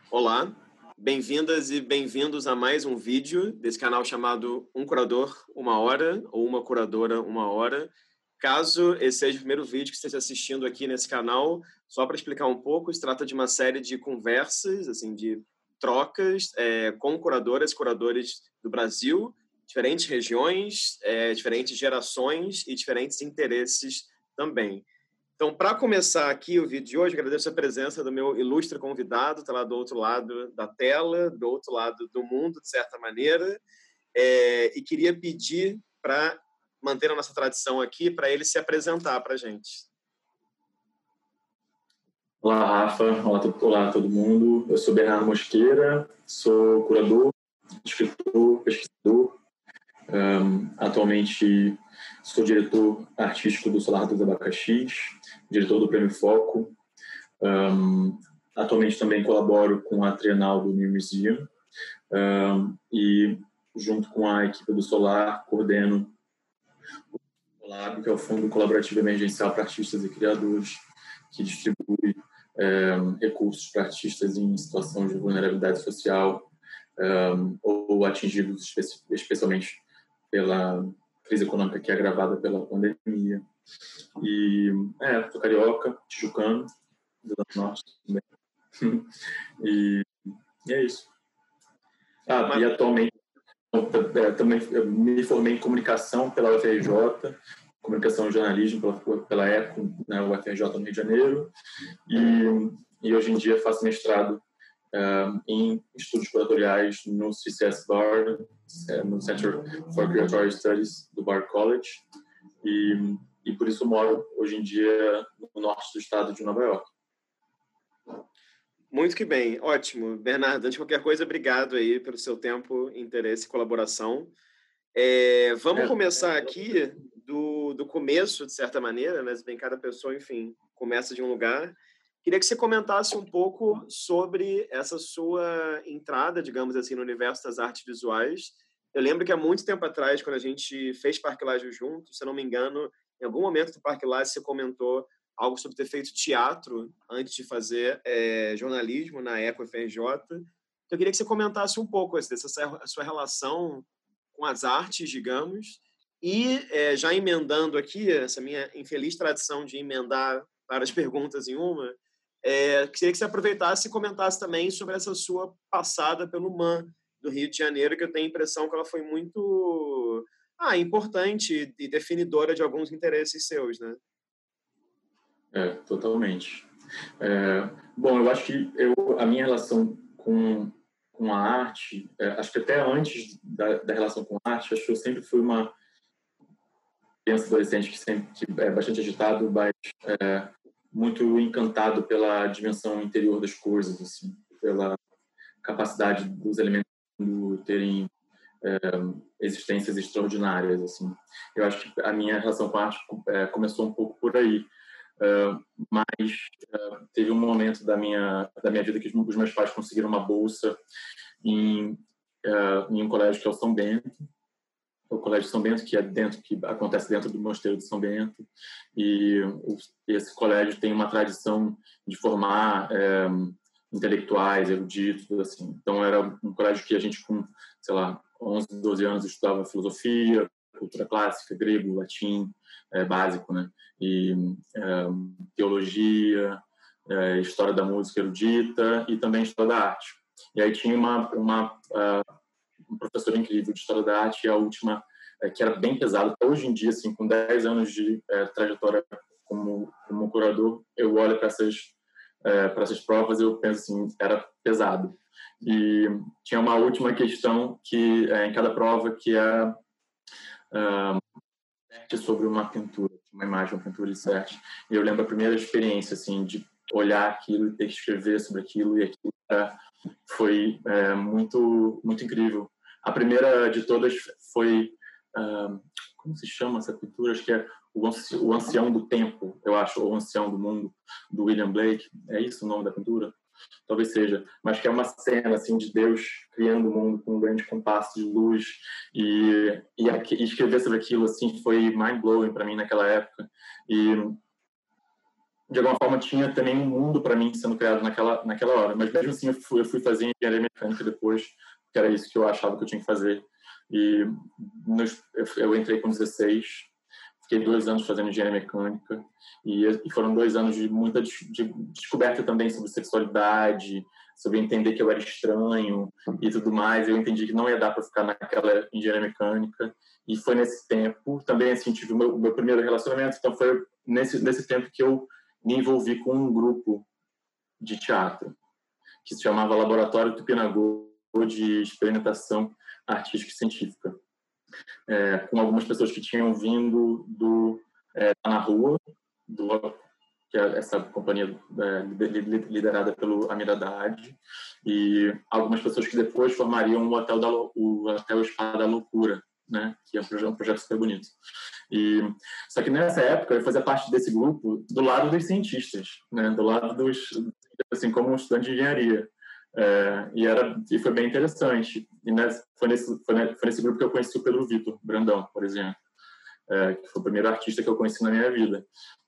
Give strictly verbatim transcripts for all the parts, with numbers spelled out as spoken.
Olá, bem-vindas e bem-vindos a mais um vídeo desse canal chamado Um Curador, Uma Hora, ou Uma Curadora, Uma Hora. Caso esse seja o primeiro vídeo que você esteja assistindo aqui nesse canal, só para explicar um pouco, se trata de uma série de conversas, assim, de trocas é, com curadoras e curadores do Brasil, diferentes regiões, é, diferentes gerações e diferentes interesses também. Então, para começar aqui o vídeo de hoje, agradeço a presença do meu ilustre convidado, está lá do outro lado da tela, do outro lado do mundo, de certa maneira, é, e queria pedir para manter a nossa tradição aqui, para ele se apresentar para a gente. Olá, Rafa. Olá, olá, todo mundo. Eu sou Bernardo Mosqueira, sou curador, escritor, pesquisador. Um, atualmente sou diretor artístico do Solar dos Abacaxis, diretor do Prêmio Foco. Um, atualmente também colaboro com a Trienal do New Museum um, e, junto com a equipe do Solar, coordeno o Colab, que é o Fundo Colaborativo Emergencial para Artistas e Criadores, que distribui um, recursos para artistas em situação de vulnerabilidade social um, ou atingidos espe- especialmente pela crise econômica que é agravada pela pandemia. E, é, sou carioca, tijucano, do Norte também. e, e é isso. Ah, Mas... e atualmente é, também me formei em comunicação pela U F R J, comunicação e jornalismo pela, pela ECO, né, U F R J no Rio de Janeiro, e, e hoje em dia faço mestrado Um, em estudos curatoriais no C C S Bar, no Center for Curatorial Studies do Bard College, e, e por isso moro hoje em dia no norte do estado de Nova York. Muito que bem, ótimo. Bernardo, antes de qualquer coisa, obrigado aí pelo seu tempo, interesse e colaboração. É, vamos é, começar aqui do, do começo, de certa maneira, né? Se bem cada pessoa, enfim, começa de um lugar. Queria que você comentasse um pouco sobre essa sua entrada, digamos assim, no universo das artes visuais. Eu lembro que há muito tempo atrás, quando a gente fez Parquilagem junto, se eu não me engano, em algum momento do Parquilagem você comentou algo sobre ter feito teatro antes de fazer é, jornalismo na ECO F R J. Então, eu queria que você comentasse um pouco dessa sua relação com as artes, digamos, e é, já emendando aqui, essa minha infeliz tradição de emendar várias perguntas em uma, é, queria que você aproveitasse e comentasse também sobre essa sua passada pelo M A M do Rio de Janeiro, que eu tenho a impressão que ela foi muito ah, importante e definidora de alguns interesses seus, né? É, totalmente. É, bom, eu acho que eu, a minha relação com, com a arte, é, acho que até antes da, da relação com a arte, acho que eu sempre fui uma criança adolescente que sempre que é bastante agitado, mas é, muito encantado pela dimensão interior das coisas, assim, pela capacidade dos elementos terem é, existências extraordinárias, assim. Eu acho que a minha relação com a arte é, começou um pouco por aí, uh, mas uh, teve um momento da minha da minha vida que os meus pais conseguiram uma bolsa em, uh, em um colégio que é o São Bento, o Colégio São Bento, que é dentro, que acontece dentro do Mosteiro de São Bento, e esse colégio tem uma tradição de formar é, intelectuais, eruditos, assim. Então era um colégio que a gente com, sei lá, onze, doze anos estudava filosofia, cultura clássica, grego, latim, é, básico, né? E é, teologia, é, história da música erudita e também história da arte. E aí tinha uma uma uh, um professor incrível de história da arte, e a última, é, que era bem pesado. Hoje em dia, assim, com dez anos de é, trajetória como, como curador, eu olho para essas, é, para essas provas e eu penso assim, era pesado. E tinha uma última questão que, é, em cada prova, que é, é sobre uma pintura, uma imagem, uma pintura de certe. E eu lembro a primeira experiência, assim, de olhar aquilo e ter que escrever sobre aquilo, e aquilo é, foi é, muito, muito incrível. A primeira de todas foi, uh, como se chama essa pintura? Acho que é o, Anci o Ancião do Tempo, eu acho, ou o Ancião do Mundo, do William Blake. É isso o nome da pintura? Talvez seja. Mas que é uma cena, assim, de Deus criando o mundo com um grande compasso de luz. E, e, e escrever sobre aquilo, assim, foi mind-blowing para mim naquela época. E de alguma forma, tinha também um mundo para mim sendo criado naquela, naquela hora. Mas, mesmo assim, eu fui, eu fui fazer engenharia mecânica depois, que era isso que eu achava que eu tinha que fazer. E nos, eu entrei com dezesseis, fiquei dois anos fazendo engenharia mecânica, e, e foram dois anos de muita de, de descoberta também sobre sexualidade, sobre entender que eu era estranho e tudo mais. Eu entendi que não ia dar para ficar naquela engenharia mecânica, e foi nesse tempo também, assim, tive o meu, o meu primeiro relacionamento, então foi nesse, nesse tempo que eu me envolvi com um grupo de teatro que se chamava Laboratório Tupinambá de Experimentação Artística e Científica, é, com algumas pessoas que tinham vindo do é, Tá na Rua, do, que é essa companhia é, liderada pelo Amir Haddad, e algumas pessoas que depois formariam o Hotel, da, o Hotel Espada da Loucura, né, que é um projeto, um projeto super bonito. E, só que nessa época eu fazia parte desse grupo do lado dos cientistas, né, do lado dos, assim, como um estudante de engenharia. É, e, era, e foi bem interessante. E nessa, foi, nesse, foi, foi nesse grupo que eu conheci o Pedro Vitor Brandão, por exemplo, é, que foi o primeiro artista que eu conheci na minha vida.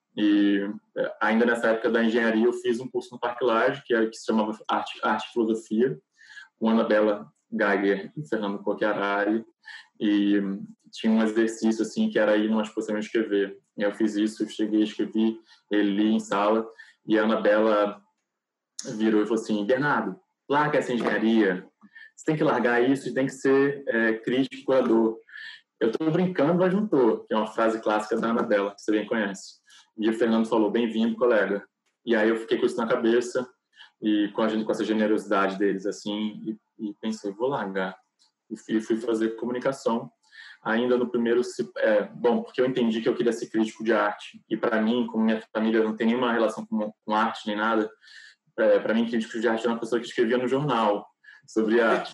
E é, ainda nessa época da engenharia eu fiz um curso no Parque Lage, que, é, que se chamava Arte, Arte e Filosofia, com Anabela Geiger e Fernando Cocchiarari, e tinha um exercício assim que era ir numa exposição e escrever. E eu fiz isso, eu cheguei, escrevi, ele li em sala, e a Anabela virou e falou assim: Bernardo, larga essa engenharia, você tem que largar isso e tem que ser é, crítico e curador. Eu estou brincando, mas não estou, que é uma frase clássica da Anabela, que você bem conhece. E o Fernando falou: bem-vindo, colega. E aí eu fiquei com isso na cabeça, e com, a, com essa generosidade deles, assim, e, e pensei, vou largar. E fui, fui fazer comunicação, ainda no primeiro... É, bom, porque eu entendi que eu queria ser crítico de arte, e para mim, como minha família não tem nenhuma relação com, com arte nem nada, é, para mim, crítico de arte era uma pessoa que escrevia no jornal sobre arte.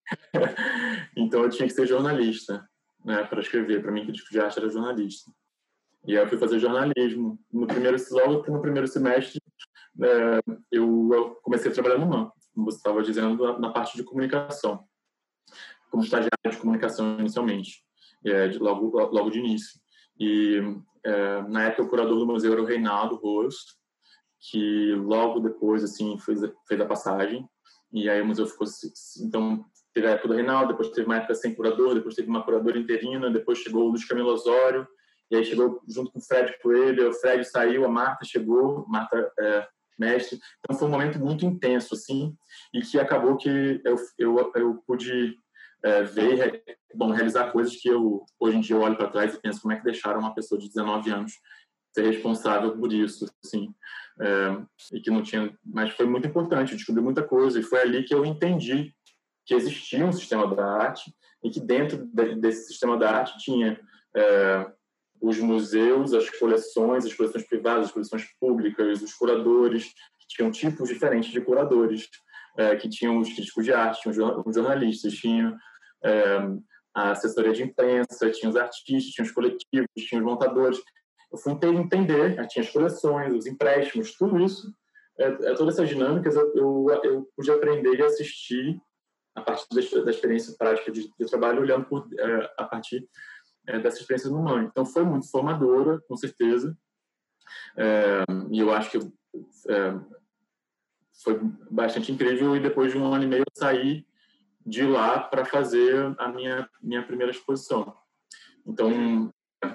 Então eu tinha que ser jornalista, né, para escrever. Para mim, crítico de arte era jornalista. E aí eu fui fazer jornalismo. No primeiro, logo no primeiro semestre, é, eu, eu comecei a trabalhar no M A M, como você estava dizendo, na parte de comunicação, como estagiário de comunicação inicialmente, é, de, logo, logo de início. E é, na época o curador do museu era o Reinaldo Roas, que logo depois assim fez, fez a passagem, e aí o museu ficou... Então, teve a época do Reinaldo, depois teve uma época sem curador, depois teve uma curadora interina, depois chegou o Luiz Camilo Osório, e aí chegou junto com o Fred Coelho, o Fred saiu, a Marta chegou, Marta é, mestre. Então foi um momento muito intenso, assim, e que acabou que eu, eu, eu pude é, ver, bom, realizar coisas que eu, hoje em dia, eu olho para trás e penso como é que deixaram uma pessoa de dezenove anos ser responsável por isso, assim, é, e que não tinha... Mas foi muito importante, eu descobri muita coisa, e foi ali que eu entendi que existia um sistema da arte e que dentro de, desse sistema da arte tinha é, os museus, as coleções, as coleções privadas, as coleções públicas, os curadores, que tinham tipos diferentes de curadores, é, que tinham os críticos de arte, tinham os jornalistas, tinham é, a assessoria de imprensa, tinha os artistas, tinha os coletivos, tinha os montadores. Eu fui entender, tinha as coleções, os empréstimos, tudo isso, é, é, todas essas dinâmicas eu, eu, eu pude aprender e assistir a partir da, da experiência prática de, de trabalho, olhando por, é, a partir é, dessa experiência no M A M. Então, foi muito formadora, com certeza, é, e eu acho que é, foi bastante incrível, e depois de um ano e meio eu saí de lá para fazer a minha, minha primeira exposição. Então,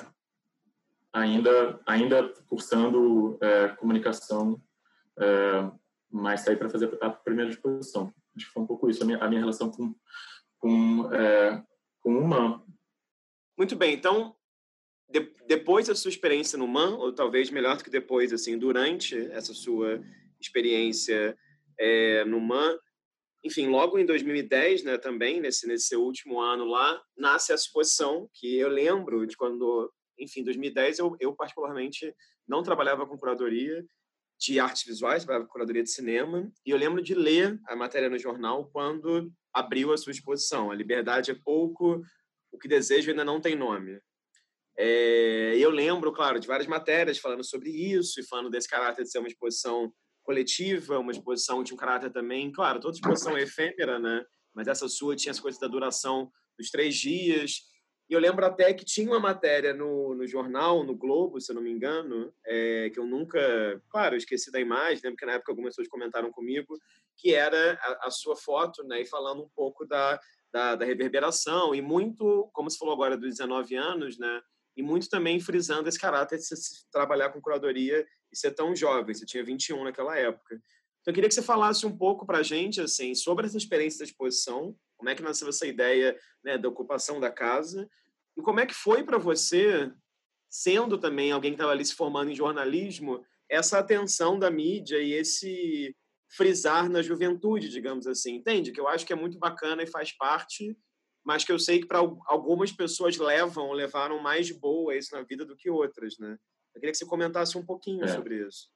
ainda, ainda cursando é, comunicação, é, mas saí para fazer a primeira exposição. Acho que foi um pouco isso, a minha, a minha relação com, com, é, com o M A M. Muito bem, então, de, depois da sua experiência no M A M, ou talvez melhor do que depois, assim, durante essa sua experiência é, no M A M, enfim, logo em dois mil e dez, né, também, nesse, nesse seu último ano lá, nasce a exposição, que eu lembro de quando, enfim, em dois mil e dez, eu, eu particularmente não trabalhava com curadoria de artes visuais, trabalhava com curadoria de cinema, e eu lembro de ler a matéria no jornal quando abriu a sua exposição. A liberdade é pouco, o que desejo ainda não tem nome. É, eu lembro, claro, de várias matérias falando sobre isso, e falando desse caráter de ser uma exposição coletiva, uma exposição que tinha um caráter também, claro, toda exposição é efêmera, né? Mas essa sua tinha as coisas da duração dos três dias. E eu lembro até que tinha uma matéria no, no jornal, no Globo, se eu não me engano, é, que eu nunca... Claro, eu esqueci da imagem, lembro que na época algumas pessoas comentaram comigo, que era a, a sua foto, né, e falando um pouco da, da, da reverberação, e muito, como você falou agora, dos dezenove anos, né, e muito também frisando esse caráter de você trabalhar com curadoria e ser tão jovem. Você tinha vinte e um naquela época. Então, eu queria que você falasse um pouco para a gente assim, sobre essa experiência da exposição, como é que nasceu essa ideia, né, da ocupação da casa, e como é que foi para você, sendo também alguém que estava ali se formando em jornalismo, essa atenção da mídia e esse frisar na juventude, digamos assim, entende? Que eu acho que é muito bacana e faz parte, mas que eu sei que para algumas pessoas levam, levaram mais de boa isso na vida do que outras, né? Eu queria que você comentasse um pouquinho É. sobre isso.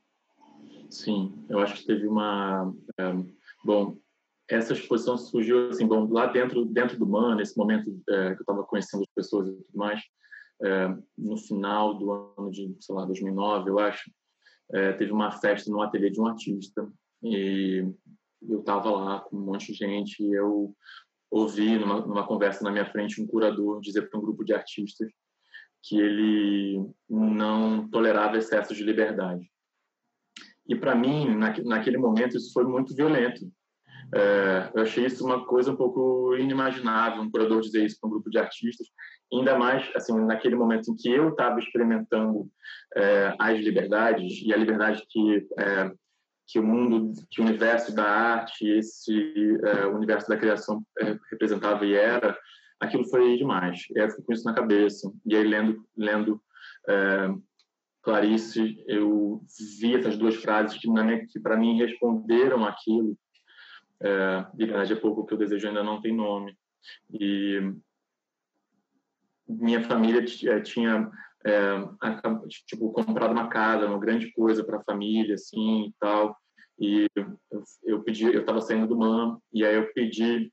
Sim, eu acho que teve uma... É, bom, essa exposição surgiu assim, bom, lá dentro, dentro do M A N, nesse momento é, que eu estava conhecendo as pessoas e tudo mais, é, no final do ano de, sei lá, dois mil e nove, eu acho, é, teve uma festa no ateliê de um artista e eu estava lá com um monte de gente e eu ouvi numa, numa conversa na minha frente um curador dizer para um grupo de artistas que ele não tolerava excessos de liberdade. E, para mim, naquele momento, isso foi muito violento. É, eu achei isso uma coisa um pouco inimaginável, um curador dizer isso para um grupo de artistas, ainda mais assim naquele momento em que eu estava experimentando é, as liberdades, e a liberdade que, é, que o mundo, que o universo da arte, esse é, universo da criação é, representava e era, aquilo foi demais. E eu fiquei com isso na cabeça. E aí, lendo... lendo é, Clarice, eu vi essas duas frases que, que para mim responderam aquilo. É, liberdade é pouco, que eu desejo ainda não tem nome. E minha família tinha é, tipo comprado uma casa, uma grande coisa para a família, assim, e tal. E eu, eu pedi, eu estava saindo do M A N e aí eu pedi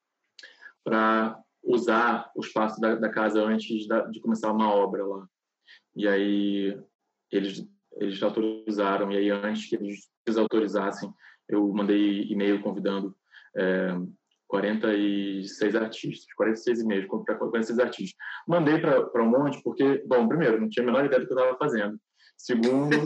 para usar o espaço da, da casa antes da, de começar uma obra lá. E aí eles eles autorizaram, e aí antes que eles autorizassem, eu mandei e-mail convidando é, quarenta e seis artistas, quarenta e seis e-mails para quarenta e seis artistas. Mandei para um monte porque, bom, primeiro, não tinha a menor ideia do que eu estava fazendo. Segundo,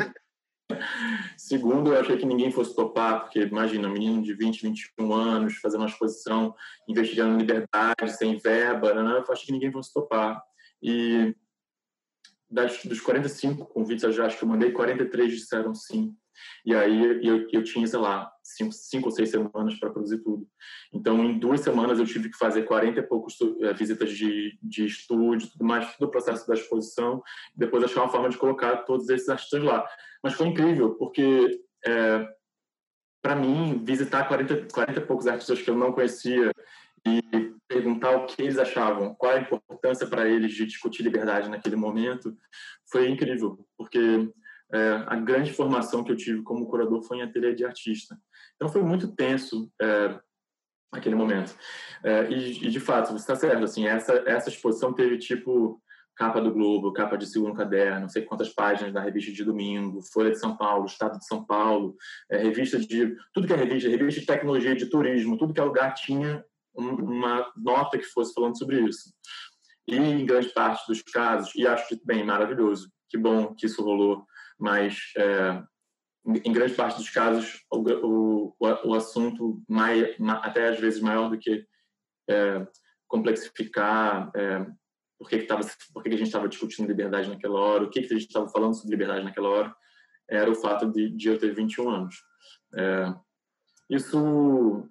segundo, eu achei que ninguém fosse topar, porque imagina, um menino de vinte, vinte e um anos fazendo uma exposição, investigando liberdade, sem verba, né? Eu achei que ninguém fosse topar. E Das, dos quarenta e cinco convites, eu já acho que eu mandei, quarenta e três disseram sim. E aí eu, eu tinha, sei lá, cinco, cinco ou seis semanas para produzir tudo. Então, em duas semanas, eu tive que fazer quarenta e poucos uh, visitas de, de estúdio, tudo mais, todo o processo da exposição, e depois achar uma forma de colocar todos esses artistas lá. Mas foi incrível, porque, é, para mim, visitar quarenta, quarenta e poucos artistas que eu não conhecia e perguntar o que eles achavam, qual a importância para eles de discutir liberdade naquele momento, foi incrível, porque é, a grande formação que eu tive como curador foi em ateliê de artista. Então foi muito tenso é, aquele momento. É, e, e, de fato, você está certo, assim, essa, essa exposição teve tipo capa do Globo, capa de segundo caderno, não sei quantas páginas da revista de domingo, Folha de São Paulo, Estado de São Paulo, é, revista de... tudo que é revista, revista de tecnologia, de turismo, tudo que é lugar tinha uma nota que fosse falando sobre isso. E em grande parte dos casos, e acho que, bem, maravilhoso, que bom que isso rolou, mas é, em grande parte dos casos o, o, o assunto, mai, até às vezes maior do que é, complexificar é, por que, que, tava, por que, que a gente estava discutindo liberdade naquela hora, o que, que a gente estava falando sobre liberdade naquela hora, era o fato de, de eu ter vinte e um anos. É, isso...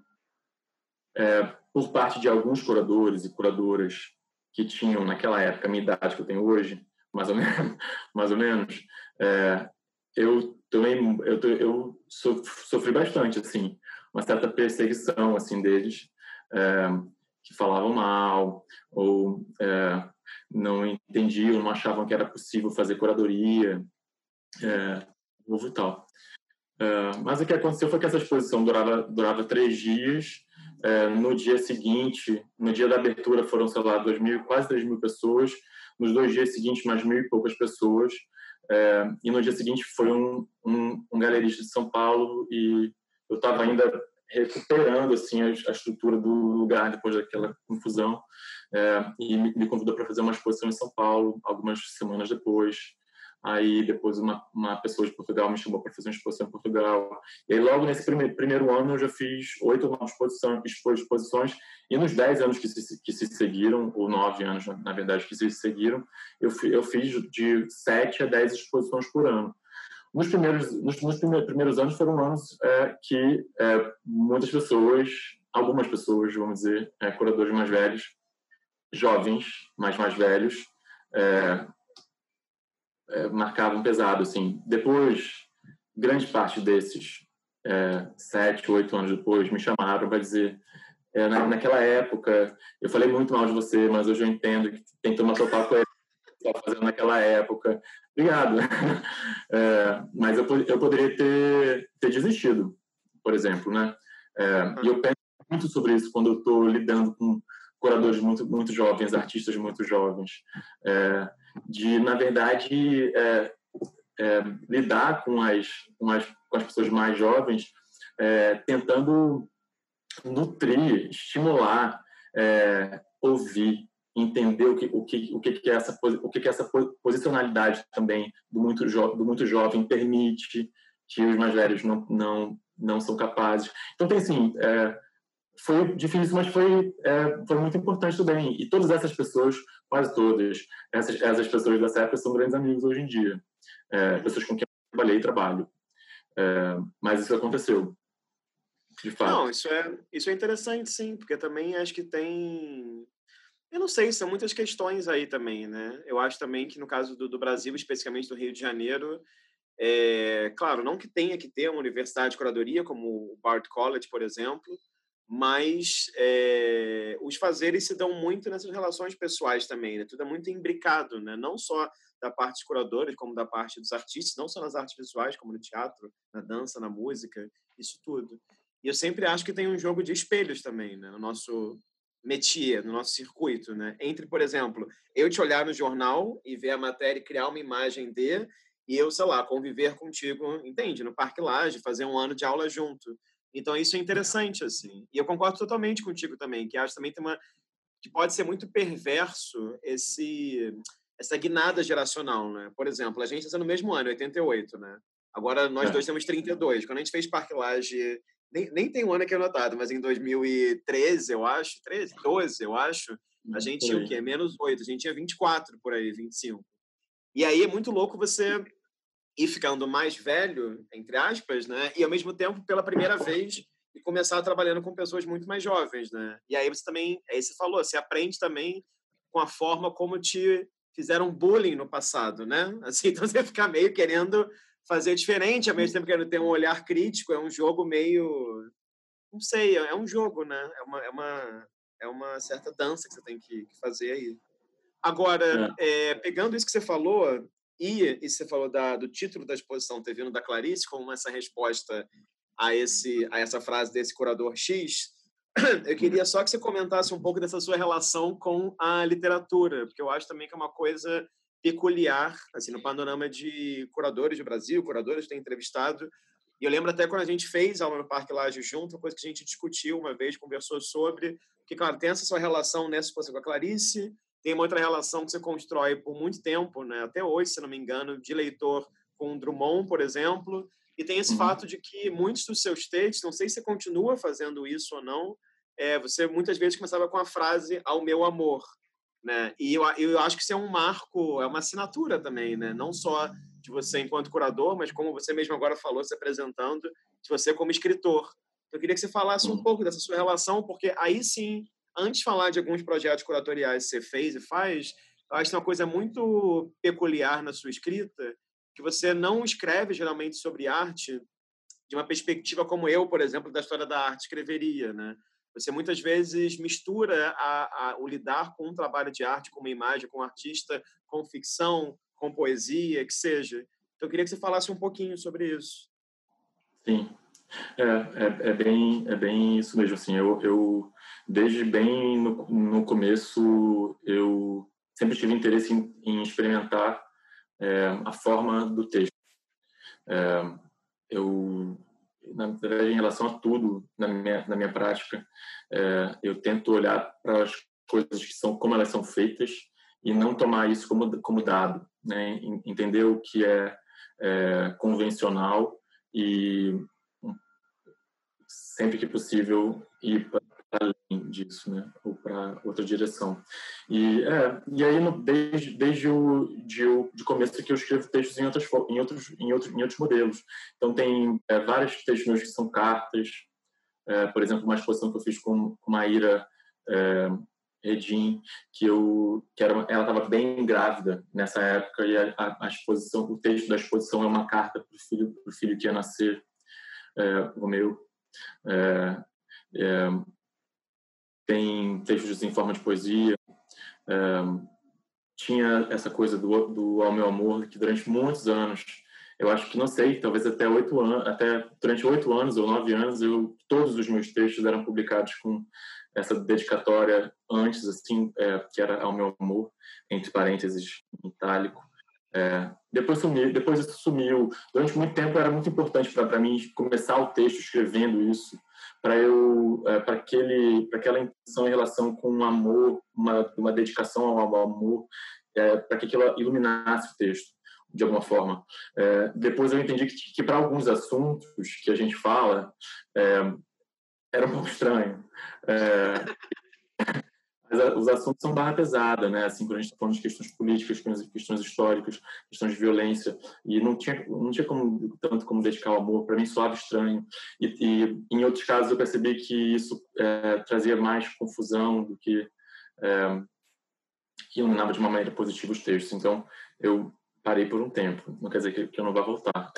É, por parte de alguns curadores e curadoras que tinham naquela época a minha idade que eu tenho hoje, mais ou menos, mais ou menos é, eu também eu, eu sofri bastante assim, uma certa perseguição assim deles, é, que falavam mal ou é, não entendiam, não achavam que era possível fazer curadoria, é, e tal. É, mas o que aconteceu foi que essa exposição durava durava três dias. É, no dia seguinte, no dia da abertura foram, sei lá, dois mil, quase três mil pessoas. Nos dois dias seguintes, mais mil e poucas pessoas. É, e no dia seguinte foi um, um, um galerista de São Paulo e eu estava ainda recuperando assim a, a estrutura do lugar depois daquela confusão, é, e me, me convidou para fazer uma exposição em São Paulo algumas semanas depois. Aí depois uma, uma pessoa de Portugal me chamou para fazer uma exposição em Portugal. E aí logo nesse primeiro, primeiro ano eu já fiz oito novas exposições, exposições, e nos dez anos que se, que se seguiram, ou nove anos na verdade que se seguiram, eu, eu fiz de sete a dez exposições por ano. Nos primeiros, nos, nos primeiros anos foram anos é, que é, muitas pessoas, algumas pessoas, vamos dizer, é, curadores mais velhos, jovens, mais mais velhos, é, É, marcavam pesado, assim. Depois, grande parte desses, é, sete, oito anos depois, me chamaram para dizer, é, na, naquela época, eu falei muito mal de você, mas hoje eu entendo que tem que tomar total coerência que você fazendo naquela época. Obrigado. É, mas eu, eu poderia ter, ter desistido, por exemplo, né? É, e eu penso muito sobre isso quando eu estou lidando com curadores muito, muito jovens, artistas muito jovens, é, de, na verdade, é, é, lidar com as, com, as, com as pessoas mais jovens, é, tentando nutrir, estimular, é, ouvir, entender o que, o que, o que, é essa, o que, é essa posicionalidade também do muito, jo, do muito jovem permite que os mais velhos não, não, não são capazes. Então, tem assim... É, foi difícil, mas foi, é, foi muito importante também. E todas essas pessoas, quase todas, essas, essas pessoas dessa época são grandes amigos hoje em dia. É, pessoas com quem eu trabalhei e trabalho. É, mas isso aconteceu, de fato. Não, isso é, isso é interessante, sim, porque também acho que tem... Eu não sei, são muitas questões aí também, né? Eu acho também que no caso do, do Brasil, especificamente do Rio de Janeiro, é, claro, não que tenha que ter uma universidade de curadoria, como o Bard College, por exemplo, mas é, os fazeres se dão muito nessas relações pessoais também, né? Tudo é muito imbricado, né? Não só da parte dos curadores, como da parte dos artistas, não só nas artes visuais, como no teatro, na dança, na música, isso tudo. E eu sempre acho que tem um jogo de espelhos também, né? No nosso métier, no nosso circuito, né? Entre, por exemplo, eu te olhar no jornal e ver a matéria e criar uma imagem de, e eu, sei lá, conviver contigo, entende? No Parque Lage, fazer um ano de aula junto. Então, isso é interessante, assim. E eu concordo totalmente contigo também, que acho também tem uma... que pode ser muito perverso esse, essa guinada geracional, né? Por exemplo, a gente está no mesmo ano, oitenta e oito, né? Agora, nós é. dois temos trinta e dois. Quando a gente fez Parque Lage, nem, nem tem um ano aqui anotado, mas em dois mil e treze, eu acho, treze, doze, eu acho, a gente tinha o quê? Menos oito. A gente tinha vinte e quatro, por aí, vinte e cinco. E aí é muito louco você... e ficando mais velho, entre aspas, né? E ao mesmo tempo, pela primeira vez, e começar trabalhando com pessoas muito mais jovens, né? E aí você também, aí você falou, você aprende também com a forma como te fizeram bullying no passado, né? Assim, então você fica meio querendo fazer diferente, ao mesmo tempo querendo ter um olhar crítico, é um jogo meio, não sei, é um jogo, né? É uma, é uma, é uma certa dança que você tem que, que fazer aí. Agora, é. É, pegando isso que você falou, e, e você falou da, do título da exposição ter vindo da Clarice como essa resposta a, esse, a essa frase desse curador X, eu queria só que você comentasse um pouco dessa sua relação com a literatura, porque eu acho também que é uma coisa peculiar, assim, no panorama de curadores do Brasil, curadores que tem entrevistado. E eu lembro até quando a gente fez aula no Parque Lage junto, uma coisa que a gente discutiu uma vez, conversou sobre, que, claro, tem essa sua relação nessa exposição com a Clarice, tem uma outra relação que você constrói por muito tempo, né? Até hoje, se não me engano, de leitor com Drummond, por exemplo, e tem esse uhum. fato de que muitos dos seus textos, não sei se você continua fazendo isso ou não, é, você muitas vezes começava com a frase "ao meu amor", né? E eu, eu acho que isso é um marco, é uma assinatura também, né? Não só de você enquanto curador, mas como você mesmo agora falou, se apresentando, de você como escritor. Eu queria que você falasse um pouco dessa sua relação, porque aí sim, antes de falar de alguns projetos curatoriais que você fez e faz, eu acho que é uma coisa muito peculiar na sua escrita, que você não escreve geralmente sobre arte de uma perspectiva como eu, por exemplo, da história da arte escreveria, né? Você muitas vezes mistura a, a, o lidar com um trabalho de arte, com uma imagem, com um artista, com ficção, com poesia, que seja. Então, eu queria que você falasse um pouquinho sobre isso. Sim. É, é, é, bem, é bem isso mesmo, assim, eu, eu desde bem no, no começo, eu sempre tive interesse em, em experimentar é, a forma do texto. É, eu, na verdade, em relação a tudo na minha, na minha prática, é, eu tento olhar para as coisas que são, como elas são feitas, e não tomar isso como, como dado, né? Entender o que é, é convencional e, sempre que possível, ir para além disso, né? Ou para outra direção. E, é, e aí, no, desde, desde o de, de começo que eu escrevo textos em, outras, em, outros, em, outros, em outros modelos. Então, tem é, vários textos meus que são cartas, é, por exemplo, uma exposição que eu fiz com, com Maíra é, Redim, que eu que era, ela estava bem grávida nessa época, e a, a, a exposição, o texto da exposição é uma carta para o filho, pro filho que ia nascer, é, o meu. É, é, tem textos em forma de poesia. É, tinha essa coisa do, do Ao Meu Amor, que durante muitos anos, eu acho que, não sei, talvez até oito anos, até durante oito anos ou nove anos, eu, todos os meus textos eram publicados com essa dedicatória antes, assim, é, que era Ao Meu Amor, entre parênteses, em itálico. É, depois sumiu, depois isso sumiu. Durante muito tempo era muito importante para mim começar o texto escrevendo isso, para eu, é, para aquele, para aquela intenção em relação com um amor, uma, uma dedicação ao amor, é, para que aquilo iluminasse o texto de alguma forma. É, depois eu entendi que, que para alguns assuntos que a gente fala é, era um pouco estranho. É, os assuntos são barra pesada, né? Assim, quando a gente está falando de questões políticas, questões históricas, questões de violência, e não tinha, não tinha como, tanto como dedicar o amor. Para mim, soava estranho. E, e, em outros casos, eu percebi que isso é, trazia mais confusão do que é, que iluminava de uma maneira positiva os textos. Então, eu parei por um tempo. Não quer dizer que, que eu não vá voltar.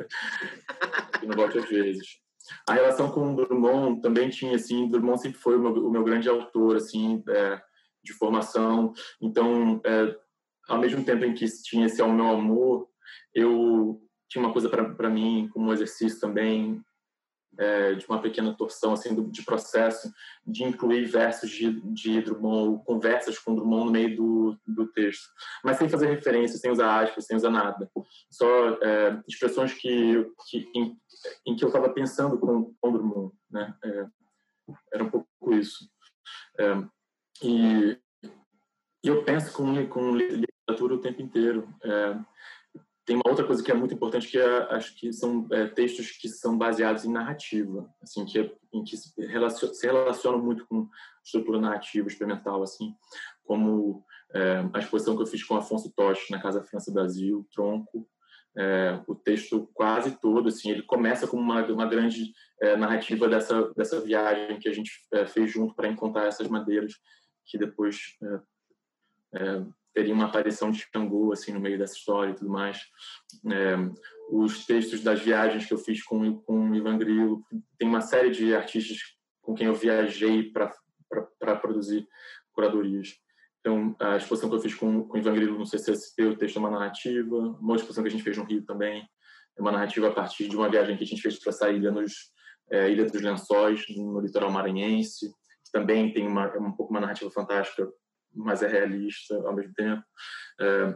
Que eu não volte às vezes. A relação com o Drummond também tinha, assim, Drummond sempre foi o meu, o meu grande autor, assim, é, de formação. Então, é, ao mesmo tempo em que tinha esse Ao Meu Amor, eu tinha uma coisa para mim, como um exercício também, é, de uma pequena torção, assim, do, de processo, de incluir versos de, de Drummond, ou conversas com Drummond no meio do, do texto. Mas sem fazer referência, sem usar aspas, sem usar nada. Só é, expressões que, que em, em que eu estava pensando com, com Drummond, né? É, era um pouco isso. É, e, e eu penso com, com literatura o tempo inteiro. É, tem uma outra coisa que é muito importante, que é, acho que são é, textos que são baseados em narrativa, assim, que é, em que se, relacion, se relacionam muito com estrutura narrativa experimental, assim, como é, a exposição que eu fiz com Afonso Toche na Casa França Brasil, Tronco. É, o texto quase todo, assim, ele começa como uma, uma grande é, narrativa dessa, dessa viagem que a gente é, fez junto para encontrar essas madeiras que depois é, é, teria uma aparição de Xangô, assim, no meio dessa história e tudo mais. É, os textos das viagens que eu fiz com, com o Ivan Grillo, tem uma série de artistas com quem eu viajei para produzir curadorias. Então, a exposição que eu fiz com, com o Ivan Grillo no C C S P, o texto é uma narrativa. Uma exposição que a gente fez no Rio também é uma narrativa a partir de uma viagem que a gente fez para essa ilha, nos, é, Ilha dos Lençóis, no litoral maranhense, que também tem uma, um pouco uma narrativa fantástica, mas é realista ao mesmo tempo. É,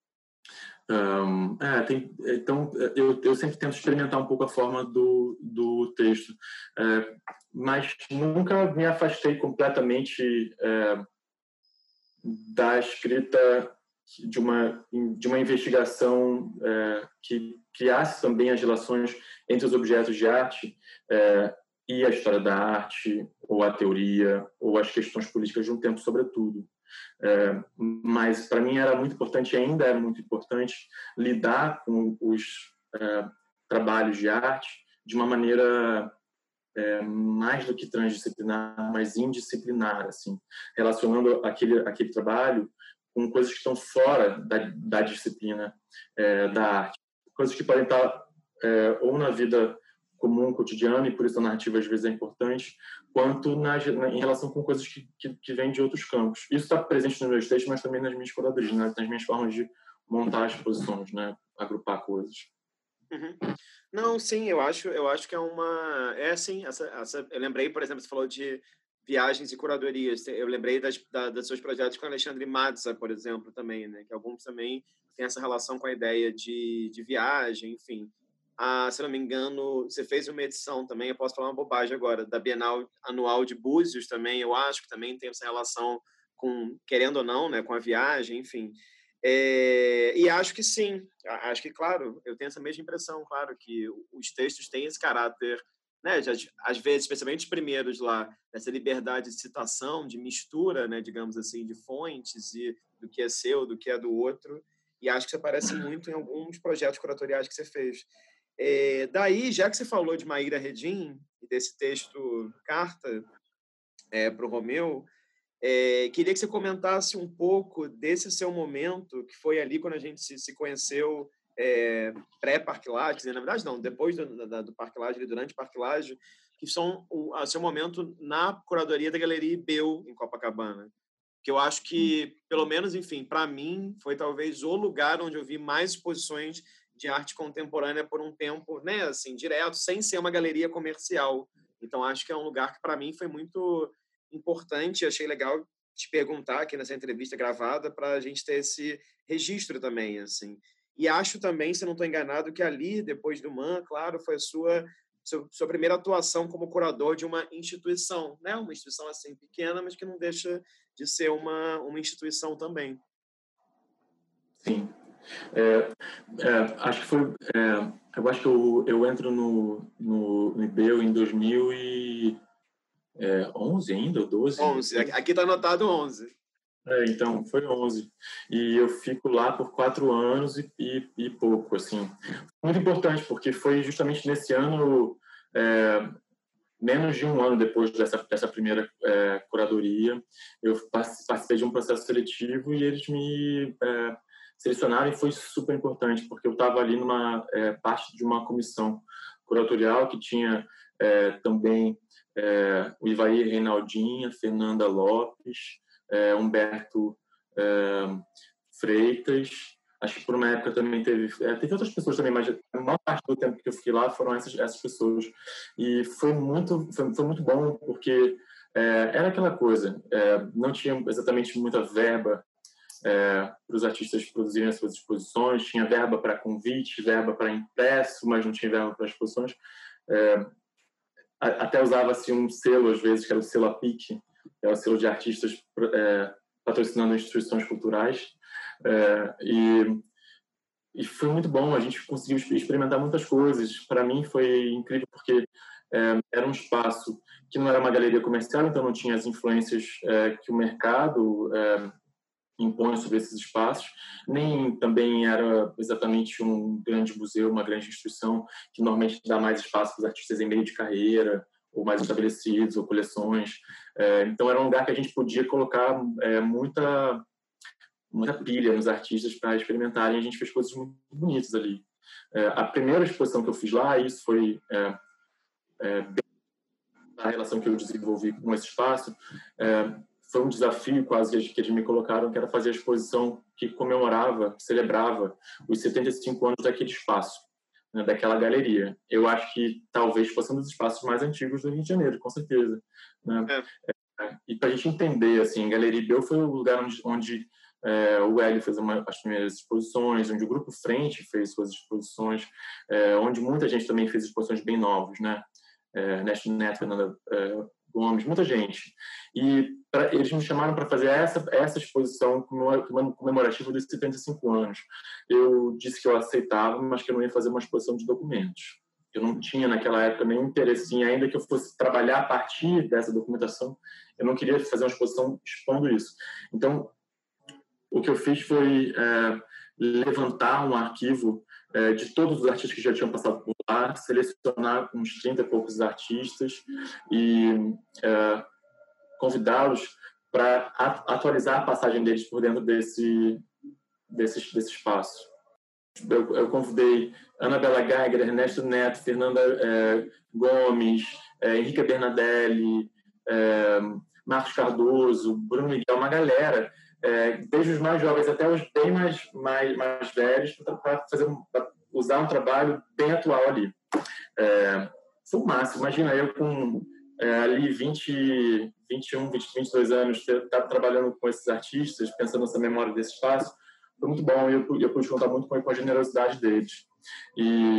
um, é, tem, então, eu, eu sempre tento experimentar um pouco a forma do, do texto, é, mas nunca me afastei completamente é, da escrita de uma, de uma investigação é, que criasse também as relações entre os objetos de arte é, e a história da arte, ou a teoria, ou as questões políticas de um tempo, sobretudo. É, mas para mim era muito importante, ainda é muito importante, lidar com os é, trabalhos de arte de uma maneira é, mais do que transdisciplinar, mas indisciplinar, assim, relacionando aquele aquele trabalho com coisas que estão fora da, da disciplina é, da arte, coisas que podem estar é, ou na vida comum, cotidiana, e por isso a narrativa às vezes é importante, quanto na, na, em relação com coisas que, que, que vêm de outros campos. Isso está presente nos meus textos, mas também nas minhas curadorias, né? Nas minhas formas de montar exposições, né? Agrupar coisas. Uhum. Não, sim, eu acho, eu acho que é uma... É, sim, essa, essa, eu lembrei, por exemplo, você falou de viagens e curadorias. Eu lembrei das, da, dos seus projetos com Alexandre Mazza, por exemplo, também, né? Que alguns também têm essa relação com a ideia de, de viagem, enfim. a, se não me engano, você fez uma edição também, eu posso falar uma bobagem agora, da Bienal Anual de Búzios também, eu acho que também tem essa relação com, querendo ou não, né, com a viagem, enfim. É, e acho que sim, acho que, claro, eu tenho essa mesma impressão, claro, que os textos têm esse caráter, né, de, às vezes, especialmente os primeiros lá, dessa liberdade de citação, de mistura, né, digamos assim, de fontes e do que é seu, do que é do outro, e acho que isso aparece muito em alguns projetos curatoriais que você fez. É, daí, já que você falou de Maíra Redim e desse texto Carta é, para o Romeu, é, queria que você comentasse um pouco desse seu momento, que foi ali quando a gente se, se conheceu é, pré-Parque Lage, né? Na verdade não, depois do, do, do Parque Lage, durante o Parque Lage, que são o a seu momento na curadoria da Galeria Ibeu, em Copacabana. Que eu acho que, pelo menos, enfim, para mim, foi talvez o lugar onde eu vi mais exposições de arte contemporânea por um tempo, né, assim, direto, sem ser uma galeria comercial. Então, acho que é um lugar que, para mim, foi muito importante. Achei legal te perguntar aqui nessa entrevista gravada para a gente ter esse registro também, assim. E acho também, se não estou enganado, que ali, depois do M A M, claro, foi a sua, sua, sua primeira atuação como curador de uma instituição, né? Uma instituição, assim, pequena, mas que não deixa de ser uma, uma instituição também. Sim. É, é, acho que foi. É, eu acho que eu, eu entro no, no, no Ibeu em dois mil e onze ainda, ou doze? onze. Aqui está anotado onze. É, então, foi onze. E eu fico lá por quatro anos e, e, e pouco, assim. Muito importante, porque foi justamente nesse ano, é, menos de um ano depois dessa, dessa primeira é, curadoria, eu participei de um processo seletivo e eles me é, selecionaram, e foi super importante, porque eu estava ali numa é, parte de uma comissão curatorial que tinha é, também é, o Ivair Reinaldinha, Fernanda Lopes, é, Humberto é, Freitas, acho que por uma época também teve é, teve outras pessoas também, mas a maior parte do tempo que eu fiquei lá foram essas, essas pessoas, e foi muito foi, foi muito bom, porque é, era aquela coisa, é, não tinha exatamente muita verba é, para os artistas produzirem as suas exposições, tinha verba para convite, verba para impresso, mas não tinha verba para exposições. É, até usava-se um selo, às vezes, que era o selo APIC, que é o selo de artistas é, patrocinando instituições culturais. É, e, e foi muito bom, a gente conseguiu experimentar muitas coisas. Para mim foi incrível, porque é, era um espaço que não era uma galeria comercial, então não tinha as influências é, que o mercado é, impõe sobre esses espaços, nem também era exatamente um grande museu, uma grande instituição que normalmente dá mais espaço para os artistas em meio de carreira, ou mais estabelecidos, ou coleções. É, então era um lugar que a gente podia colocar é, muita, muita pilha nos artistas para experimentarem, e a gente fez coisas muito bonitas ali. É, a primeira exposição que eu fiz lá, isso foi é, é, a relação que eu desenvolvi com esse espaço, é, foi um desafio quase que eles me colocaram, que era fazer a exposição que comemorava, que celebrava os setenta e cinco anos daquele espaço, né, daquela galeria. Eu acho que talvez fosse um dos espaços mais antigos do Rio de Janeiro, com certeza. Né? É. É, e para a gente entender, assim, a Galeria Ibeu foi o lugar onde, onde é, o Hélio fez uma, as primeiras exposições, onde o Grupo Frente fez suas exposições, é, onde muita gente também fez exposições bem novas, né? É, Ernesto Neto, Fernanda é, Gomes, muita gente. E pra, eles me chamaram para fazer essa, essa exposição comemorativa dos setenta e cinco anos. Eu disse que eu aceitava, mas que eu não ia fazer uma exposição de documentos. Eu não tinha, naquela época, nenhum interesse, ainda que eu fosse trabalhar a partir dessa documentação, eu não queria fazer uma exposição expondo isso. Então, o que eu fiz foi é, levantar um arquivo é, de todos os artistas que já tinham passado por lá, selecionar uns trinta e poucos artistas e é, convidá-los para atualizar a passagem deles por dentro desse, desse, desse espaço. Eu, eu convidei Anabela Geiger, Ernesto Neto, Fernanda é, Gomes, é, Henrique Bernadelli, é, Marcos Cardoso, Bruno Miguel, uma galera, é, desde os mais jovens até os bem mais, mais, mais velhos, para fazer um, pra usar um trabalho bem atual ali. É, foi o máximo. Imagina, eu com é, ali vinte, vinte e um, vinte, vinte e dois anos, estava trabalhando com esses artistas, pensando nessa memória desse espaço. Foi muito bom, e eu, eu pude contar muito com a generosidade deles. E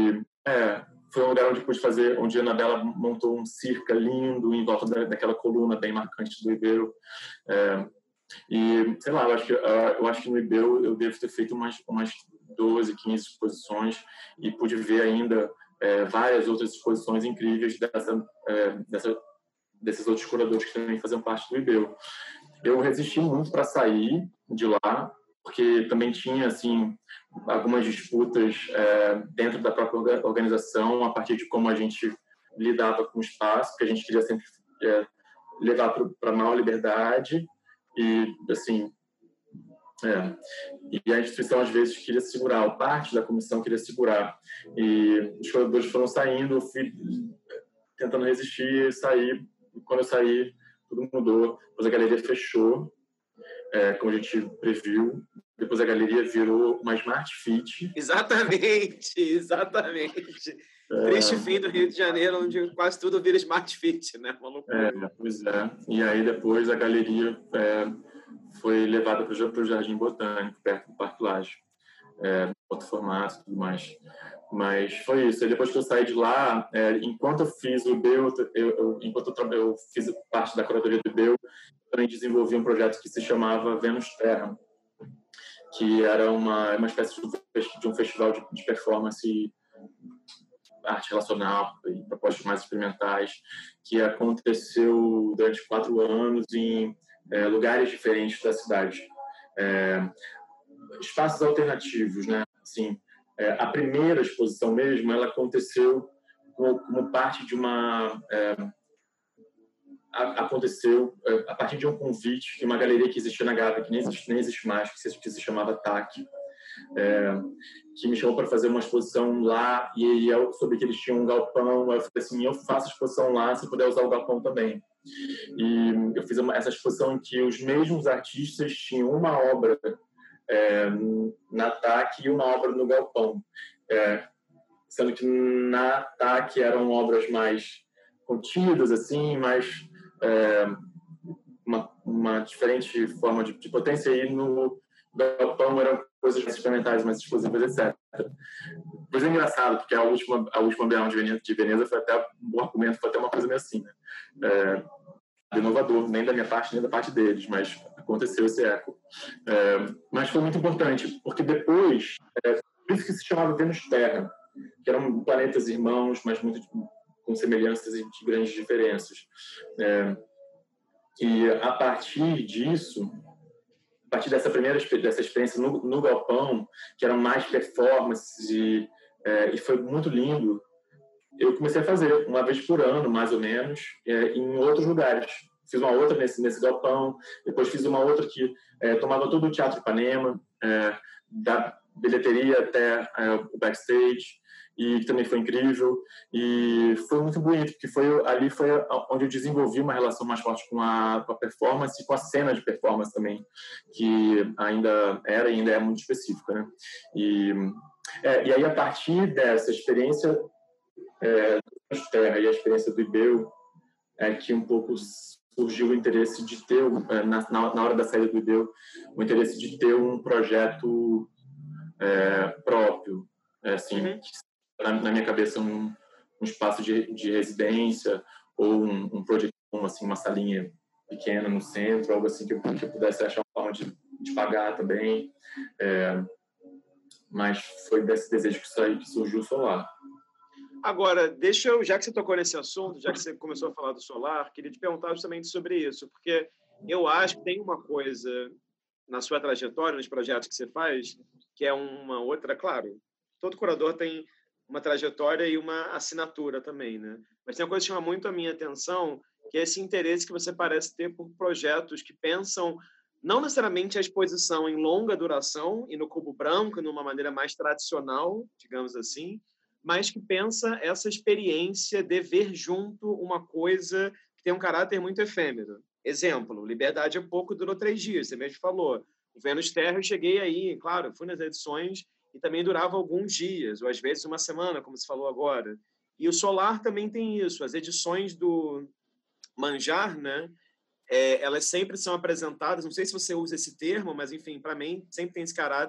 É, foi um lugar onde pude fazer, onde a Anabela montou um circo lindo em volta da, daquela coluna bem marcante do Ibeu. É, e, sei lá, eu acho que, eu acho que no Ibeu eu devo ter feito umas, umas doze, quinze exposições e pude ver ainda é, várias outras exposições incríveis dessa, é, dessa, desses outros curadores que também faziam parte do Ibeu. Eu resisti muito para sair de lá, porque também tinha, assim, algumas disputas é, dentro da própria organização, a partir de como a gente lidava com o espaço, porque a gente queria sempre é, levar para a maior liberdade e, assim, é, e a instituição, às vezes, queria segurar, ou parte da comissão queria segurar. E os curadores foram saindo, eu fui tentando resistir, sair. Quando eu saí, tudo mudou. Depois a galeria fechou, é, como a gente previu. Depois a galeria virou uma Smart Fit. Exatamente, exatamente. É... Triste fim do Rio de Janeiro, onde quase tudo vira Smart Fit, né? Uma loucura. É, pois é. E aí depois a galeria é, foi levada para o Jardim Botânico, perto do Parque Lage. É, outro formato e tudo mais. Mas foi isso. E depois que eu saí de lá, é, enquanto eu fiz o Ibeu, eu, eu, enquanto eu, eu fiz parte da curadoria do Ibeu, eu também desenvolvi um projeto que se chamava Vênus Terra, que era uma, uma espécie de um festival de, de performance, arte relacional e propostas mais experimentais, que aconteceu durante quatro anos em é, lugares diferentes da cidade. É, espaços alternativos, né? Assim, é, a primeira exposição mesmo, ela aconteceu como, como parte de uma... É, a, aconteceu é, a partir de um convite de uma galeria que existia na Gávea, que nem existe, nem existe mais, que se, que se chamava T A C, é, que me chamou para fazer uma exposição lá, e aí eu soube que eles tinham um galpão, eu falei assim, eu faço exposição lá, se puder usar o galpão também. E eu fiz uma, essa exposição em que os mesmos artistas tinham uma obra É, na T A C e uma obra no galpão, é, sendo que na T A C eram obras mais contidas, assim, mais é, uma, uma diferente forma de, de potência, e no galpão eram coisas mais experimentais, mais exclusivas, etcétera. Pois é engraçado, porque a última, a última Bienal de Veneza, de Veneza foi até um bom argumento, foi até uma coisa meio assim, né? É, inovador, nem da minha parte, nem da parte deles, mas aconteceu esse eco. É, mas foi muito importante, porque depois, é, por isso que se chamava Vênus Terra, que eram planetas irmãos, mas muito com semelhanças e de grandes diferenças. É, e a partir disso, a partir dessa primeira dessa experiência no, no galpão, que eram mais performances e, é, e foi muito lindo, eu comecei a fazer uma vez por ano, mais ou menos, é, em outros lugares. Fiz uma outra nesse, nesse galpão, depois fiz uma outra que é, tomava todo o Teatro Ipanema, é, da bilheteria até é, o backstage, e também foi incrível. E foi muito bonito, porque foi, ali foi onde eu desenvolvi uma relação mais forte com a, com a performance e com a cena de performance também, que ainda era e ainda é muito específica, né? E, é, e aí, a partir dessa experiência É, do Terra e a experiência do Ibeu, é que um pouco surgiu o interesse de ter, na, na hora da saída do Ibeu, o interesse de ter um projeto é, próprio, é, assim, uhum. na, na minha cabeça, um, um espaço de, de residência ou um, um projeto, assim, uma salinha pequena no centro, algo assim que eu, que eu pudesse achar uma forma de, de pagar também. É, mas foi desse desejo que, saiu, que surgiu o Solar. Agora, deixa eu, já que você tocou nesse assunto, já que você começou a falar do solar, queria te perguntar justamente sobre isso, porque eu acho que tem uma coisa na sua trajetória, nos projetos que você faz, que é uma outra, claro, todo curador tem uma trajetória e uma assinatura também, né? Mas tem uma coisa que chama muito a minha atenção, que é esse interesse que você parece ter por projetos que pensam não necessariamente a exposição em longa duração e no cubo branco, numa maneira mais tradicional, digamos assim, mas que pensa essa experiência de ver junto uma coisa que tem um caráter muito efêmero. Exemplo, Liberdade é Pouco durou três dias, você mesmo falou. O Vênus Terra eu cheguei aí, claro, fui nas edições e também durava alguns dias, ou às vezes uma semana, como você falou agora. E o Solar também tem isso, as edições do Manjar, né? É, elas sempre são apresentadas, não sei se você usa esse termo, mas, enfim, para mim, sempre tem esse caráter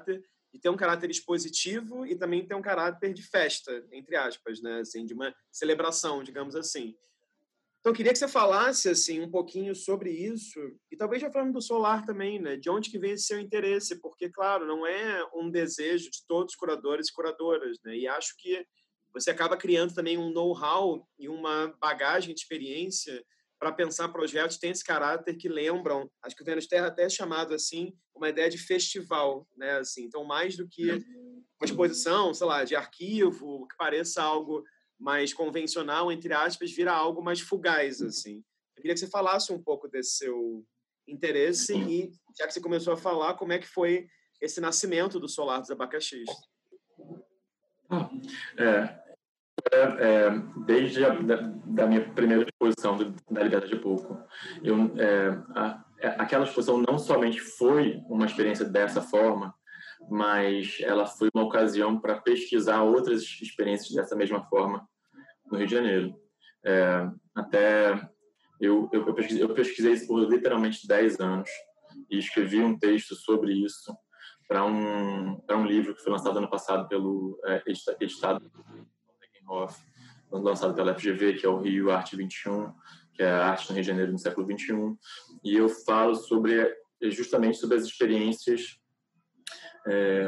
de ter um caráter expositivo e também ter um caráter de festa, entre aspas, né? Assim, de uma celebração, digamos assim. Então, eu queria que você falasse assim, um pouquinho sobre isso, e talvez já falando do solar também, né? De onde que vem esse seu interesse, porque, claro, não é um desejo de todos os curadores e curadoras, né? E acho que você acaba criando também um know-how e uma bagagem de experiência para pensar projetos que têm esse caráter que lembram, acho que o Vênus Terra até é chamado assim, uma ideia de festival, né? Assim, então, mais do que uma exposição, sei lá, de arquivo, que pareça algo mais convencional, entre aspas, vira algo mais fugaz, assim. Eu queria que você falasse um pouco desse seu interesse e, já que você começou a falar, como é que foi esse nascimento do Solar dos Abacaxis? Ah, é, é, é, desde a da, da minha primeira exposição do, da Liberdade de Pouco, eu, é, a, aquela exposição não somente foi uma experiência dessa forma, mas ela foi uma ocasião para pesquisar outras experiências dessa mesma forma no Rio de Janeiro. É, até eu, eu, eu, pesquisei, eu pesquisei isso por literalmente dez anos e escrevi um texto sobre isso para um, para um livro que foi lançado ano passado pelo é, editado lançado pela F G V, que é o Rio Arte vinte e um, que é a arte no Rio de Janeiro no século vinte e um, e eu falo sobre justamente sobre as experiências, é,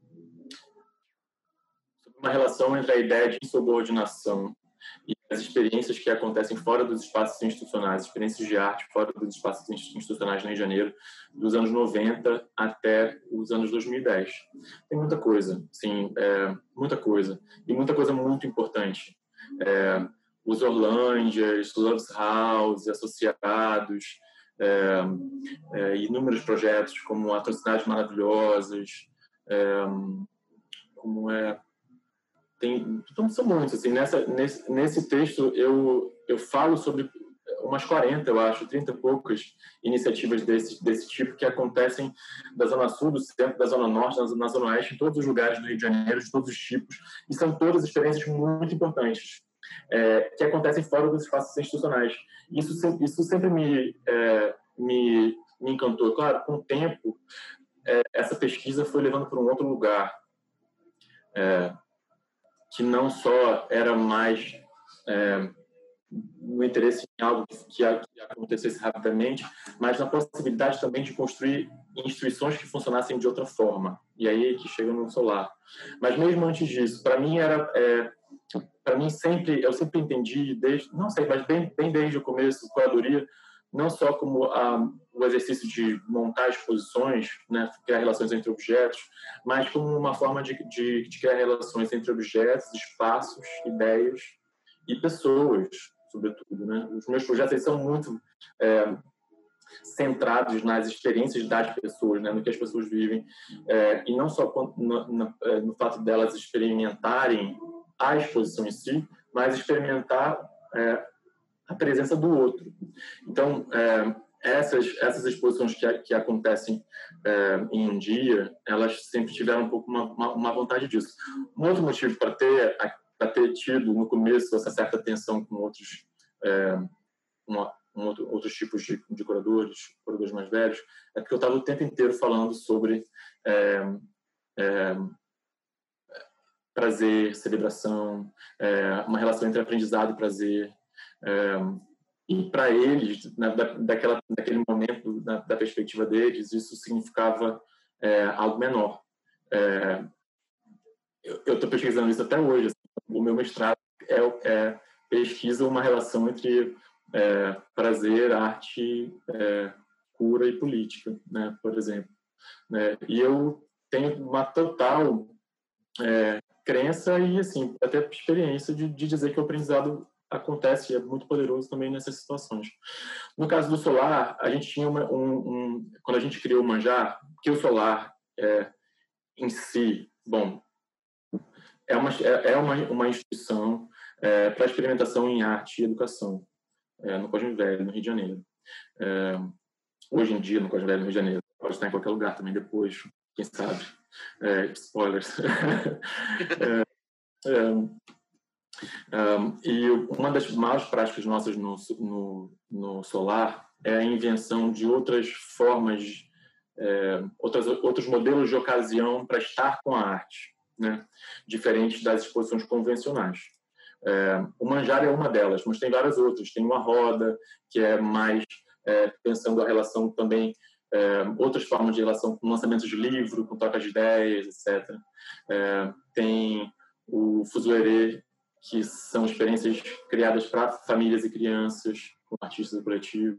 sobre uma relação entre a ideia de insubordinação e as experiências que acontecem fora dos espaços institucionais, experiências de arte fora dos espaços institucionais no Rio de Janeiro, dos anos noventa até os anos dois mil e dez. Tem muita coisa, sim, é, muita coisa, e muita coisa muito importante. É, os Orlândias, Loves House, associados, é, é, inúmeros projetos como Atrocidades Maravilhosas, é, como é Tem, então, são muitos. Assim, nessa, nesse, nesse texto, eu, eu falo sobre umas quarenta, eu acho, trinta e poucas iniciativas desse, desse tipo que acontecem da Zona Sul, do centro, da Zona Norte, na, na Zona Oeste, em todos os lugares do Rio de Janeiro, de todos os tipos. E são todas experiências muito importantes, é, que acontecem fora dos espaços institucionais. Isso, isso sempre me, é, me, me encantou. Claro, com o tempo, é, essa pesquisa foi levando para um outro lugar. É, que não só era mais é, no interesse em algo que, que acontecesse rapidamente, mas na possibilidade também de construir instituições que funcionassem de outra forma. E aí que chega no Solar. Mas mesmo antes disso, para mim era, é, para mim sempre, eu sempre entendi desde, não sei, mas bem, bem desde o começo, curadoria, não só como a, o exercício de montar exposições, né, criar relações entre objetos, mas como uma forma de, de, de criar relações entre objetos, espaços, ideias e pessoas, sobretudo. Né? Os meus projetos eles são muito é, centrados nas experiências das pessoas, né, no que as pessoas vivem, é, e não só no, no, no fato delas experimentarem a exposição em si, mas experimentar é, a presença do outro. Então, é, essas essas exposições que, que acontecem é, em um dia, elas sempre tiveram um pouco uma, uma, uma vontade disso. Um outro motivo para ter para ter tido no começo essa certa tensão com outros é, uma, um outro, outros tipos de, de curadores, curadores mais velhos, é porque eu estava o tempo inteiro falando sobre é, é, prazer, celebração, é, uma relação entre aprendizado e prazer. É, e para eles, na, da, daquela, daquele momento, na, da perspectiva deles, isso significava é, algo menor. É, eu estou pesquisando isso até hoje. Assim, o meu mestrado é, é pesquisa uma relação entre é, prazer, arte, é, cura e política, né, por exemplo. Né? E eu tenho uma total é, crença e assim até experiência de, de dizer que o aprendizado acontece e é muito poderoso também nessas situações. No caso do Solar, a gente tinha uma, um, um quando a gente criou o Manjar, que o Solar é, em si, bom, é uma é, é uma, uma instituição é, para experimentação em arte e educação é, no Cosme Velho, no Rio de Janeiro. É, hoje em dia no Cosme Velho, no Rio de Janeiro, pode estar em qualquer lugar também depois, quem sabe. É, spoilers. é, é, um, e uma das maiores práticas nossas no, no, no Solar é a invenção de outras formas é, outras, outros modelos de ocasião para estar com a arte, né? Diferente das exposições convencionais. É, o Manjar é uma delas, mas tem várias outras. Tem uma roda, que é mais é, pensando a relação também, é, outras formas de relação com lançamentos de livro, com trocas de ideias, etcétera. É, tem o Fuzuerê, que são experiências criadas para famílias e crianças, com artistas e coletivos.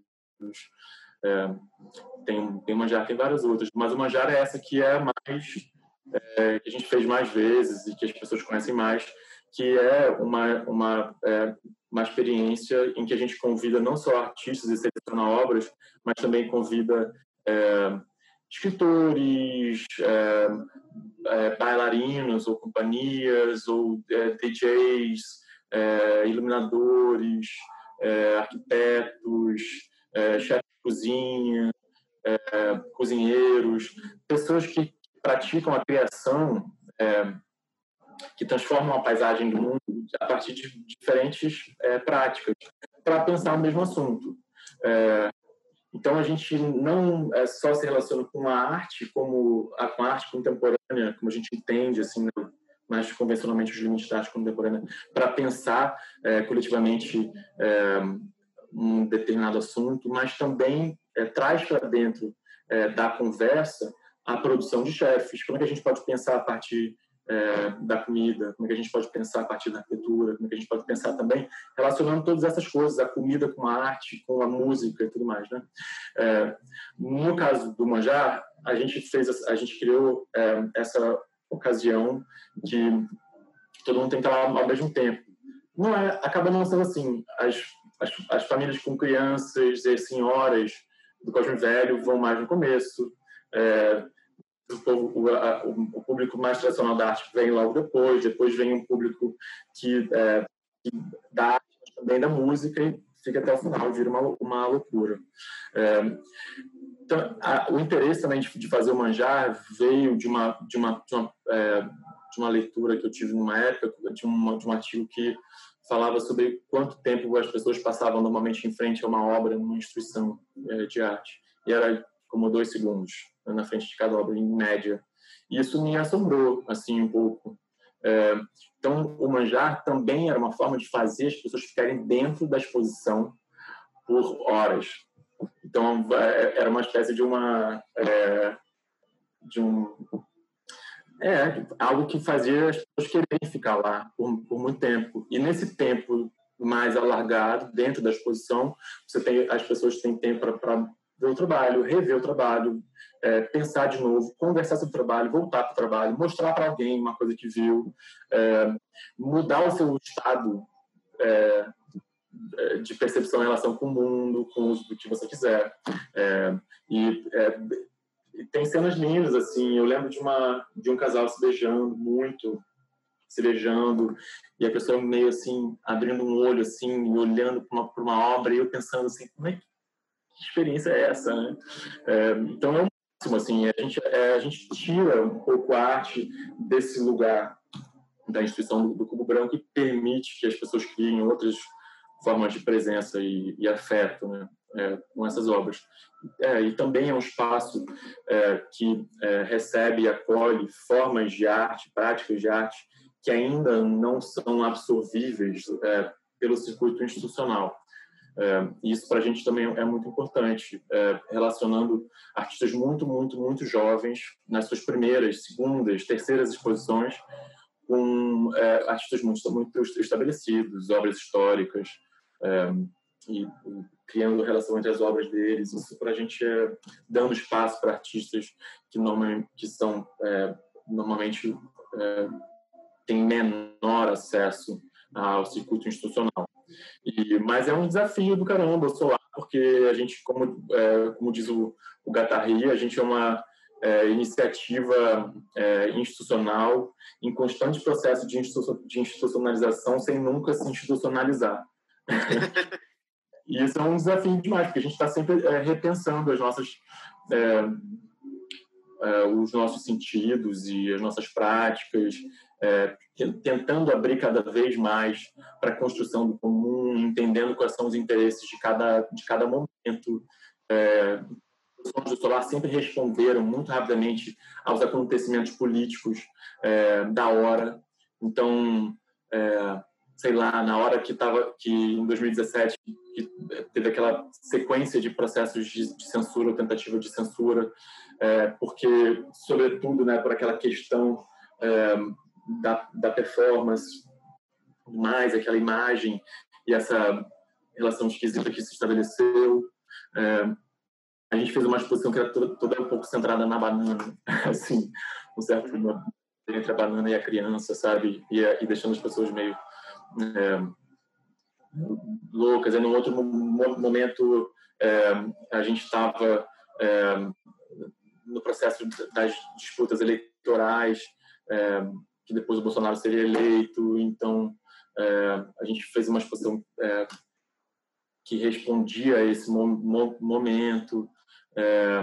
É, tem, tem o Manjar, tem várias outras, mas o Manjar é essa que é mais, é, que a gente fez mais vezes e que as pessoas conhecem mais, que é uma, uma, é, uma experiência em que a gente convida não só artistas e seleciona obras, mas também convida é, escritores, é, é, bailarinos ou companhias, ou é, D Js, é, iluminadores, é, arquitetos, é, chefes de cozinha, é, cozinheiros, pessoas que praticam a criação, é, que transformam a paisagem do mundo a partir de diferentes é, práticas, para pensar o mesmo assunto. É, então, a gente não é, só se relaciona com a arte, como a, com a arte contemporânea, como a gente entende, assim, mais convencionalmente os limites da arte contemporânea, para pensar é, coletivamente é, um determinado assunto, mas também é, traz para dentro é, da conversa a produção de chefes. Como é que a gente pode pensar a partir é, da comida? Como é que a gente pode pensar a partir da arquitetura? Como é que a gente pode pensar também relacionando todas essas coisas, a comida com a arte, com a música e tudo mais, né? É, no caso do Manjar, a gente fez, a gente criou é, essa ocasião de todo mundo tem que estar lá ao mesmo tempo. Não é, acaba não sendo assim. As, as, as famílias com crianças e senhoras do Cosme Velho vão mais no começo. É, o, povo, o, a, o público mais tradicional da arte vem logo depois. Depois vem um público que, é, que da arte, mas também da música, e fica até o final, vira uma, uma loucura. É, então, a, o interesse também de, de fazer o Manjar veio de uma, de uma, de uma é, de uma leitura que eu tive numa época, de, uma, de um artigo que falava sobre quanto tempo as pessoas passavam normalmente em frente a uma obra, numa instituição é, de arte. E era como dois segundos na frente de cada obra, em média. E isso me assombrou, assim, um pouco. É, então, o Manjar também era uma forma de fazer as pessoas ficarem dentro da exposição por horas. Então, era uma espécie de uma... É, de um... É, algo que fazia as pessoas quererem ficar lá por, por muito tempo. E nesse tempo mais alargado, dentro da exposição, você tem, as pessoas têm tempo para ver o trabalho, rever o trabalho, é, pensar de novo, conversar sobre o trabalho, voltar para o trabalho, mostrar para alguém uma coisa que viu, é, mudar o seu estado é, de percepção em relação com o mundo, com o uso do que você quiser. É, e... É, tem cenas lindas, assim. Eu lembro de, uma, de um casal se beijando muito, se beijando, e a pessoa meio assim, abrindo um olho, assim, e olhando para uma, uma obra, e eu pensando assim, como é que, que experiência é essa, né? É, então é o máximo, assim, a gente, é, a gente tira um pouco a arte desse lugar da instituição do, do Cubo Branco e permite que as pessoas criem outras formas de presença e, e afeto, né? É, com essas obras. É, e também é um espaço é, que é, recebe e acolhe formas de arte, práticas de arte, que ainda não são absorvíveis é, pelo circuito institucional. É, e isso para a gente também é muito importante, é, relacionando artistas muito, muito, muito jovens nas suas primeiras, segundas, terceiras exposições com é, artistas muito, muito estabelecidos, obras históricas, é, e, e criando relação entre as obras deles. Isso para a gente é dando espaço para artistas que, normalmente, que são é, normalmente é, têm menor acesso ao circuito institucional. E, mas é um desafio do caramba, eu sou lá, porque a gente, como, é, como diz o, o Gattari, a gente é uma é, iniciativa é, institucional em constante processo de, institu de institucionalização sem nunca se institucionalizar. E isso é um desafio demais, porque a gente está sempre é, repensando as nossas, é, é, os nossos sentidos e as nossas práticas, é, tentando abrir cada vez mais para a construção do comum, entendendo quais são os interesses de cada, de cada momento, é, exposições do Solar sempre responderam muito rapidamente aos acontecimentos políticos é, da hora. Então, é, sei lá, na hora que estava, que em dois mil e dezessete que teve aquela sequência de processos de, de censura, ou tentativa de censura, é, porque, sobretudo, né, por aquela questão é, da, da performance, mais aquela imagem e essa relação esquisita que se estabeleceu. É, a gente fez uma exposição que era toda, toda um pouco centrada na banana, assim, um certo uhum. entre a banana e a criança, sabe? E, e deixando as pessoas meio é, loucas. E num outro momento, é, a gente estava é, no processo das disputas eleitorais, é, que depois o Bolsonaro seria eleito. Então, é, a gente fez uma exposição é, que respondia a esse mo mo momento. É,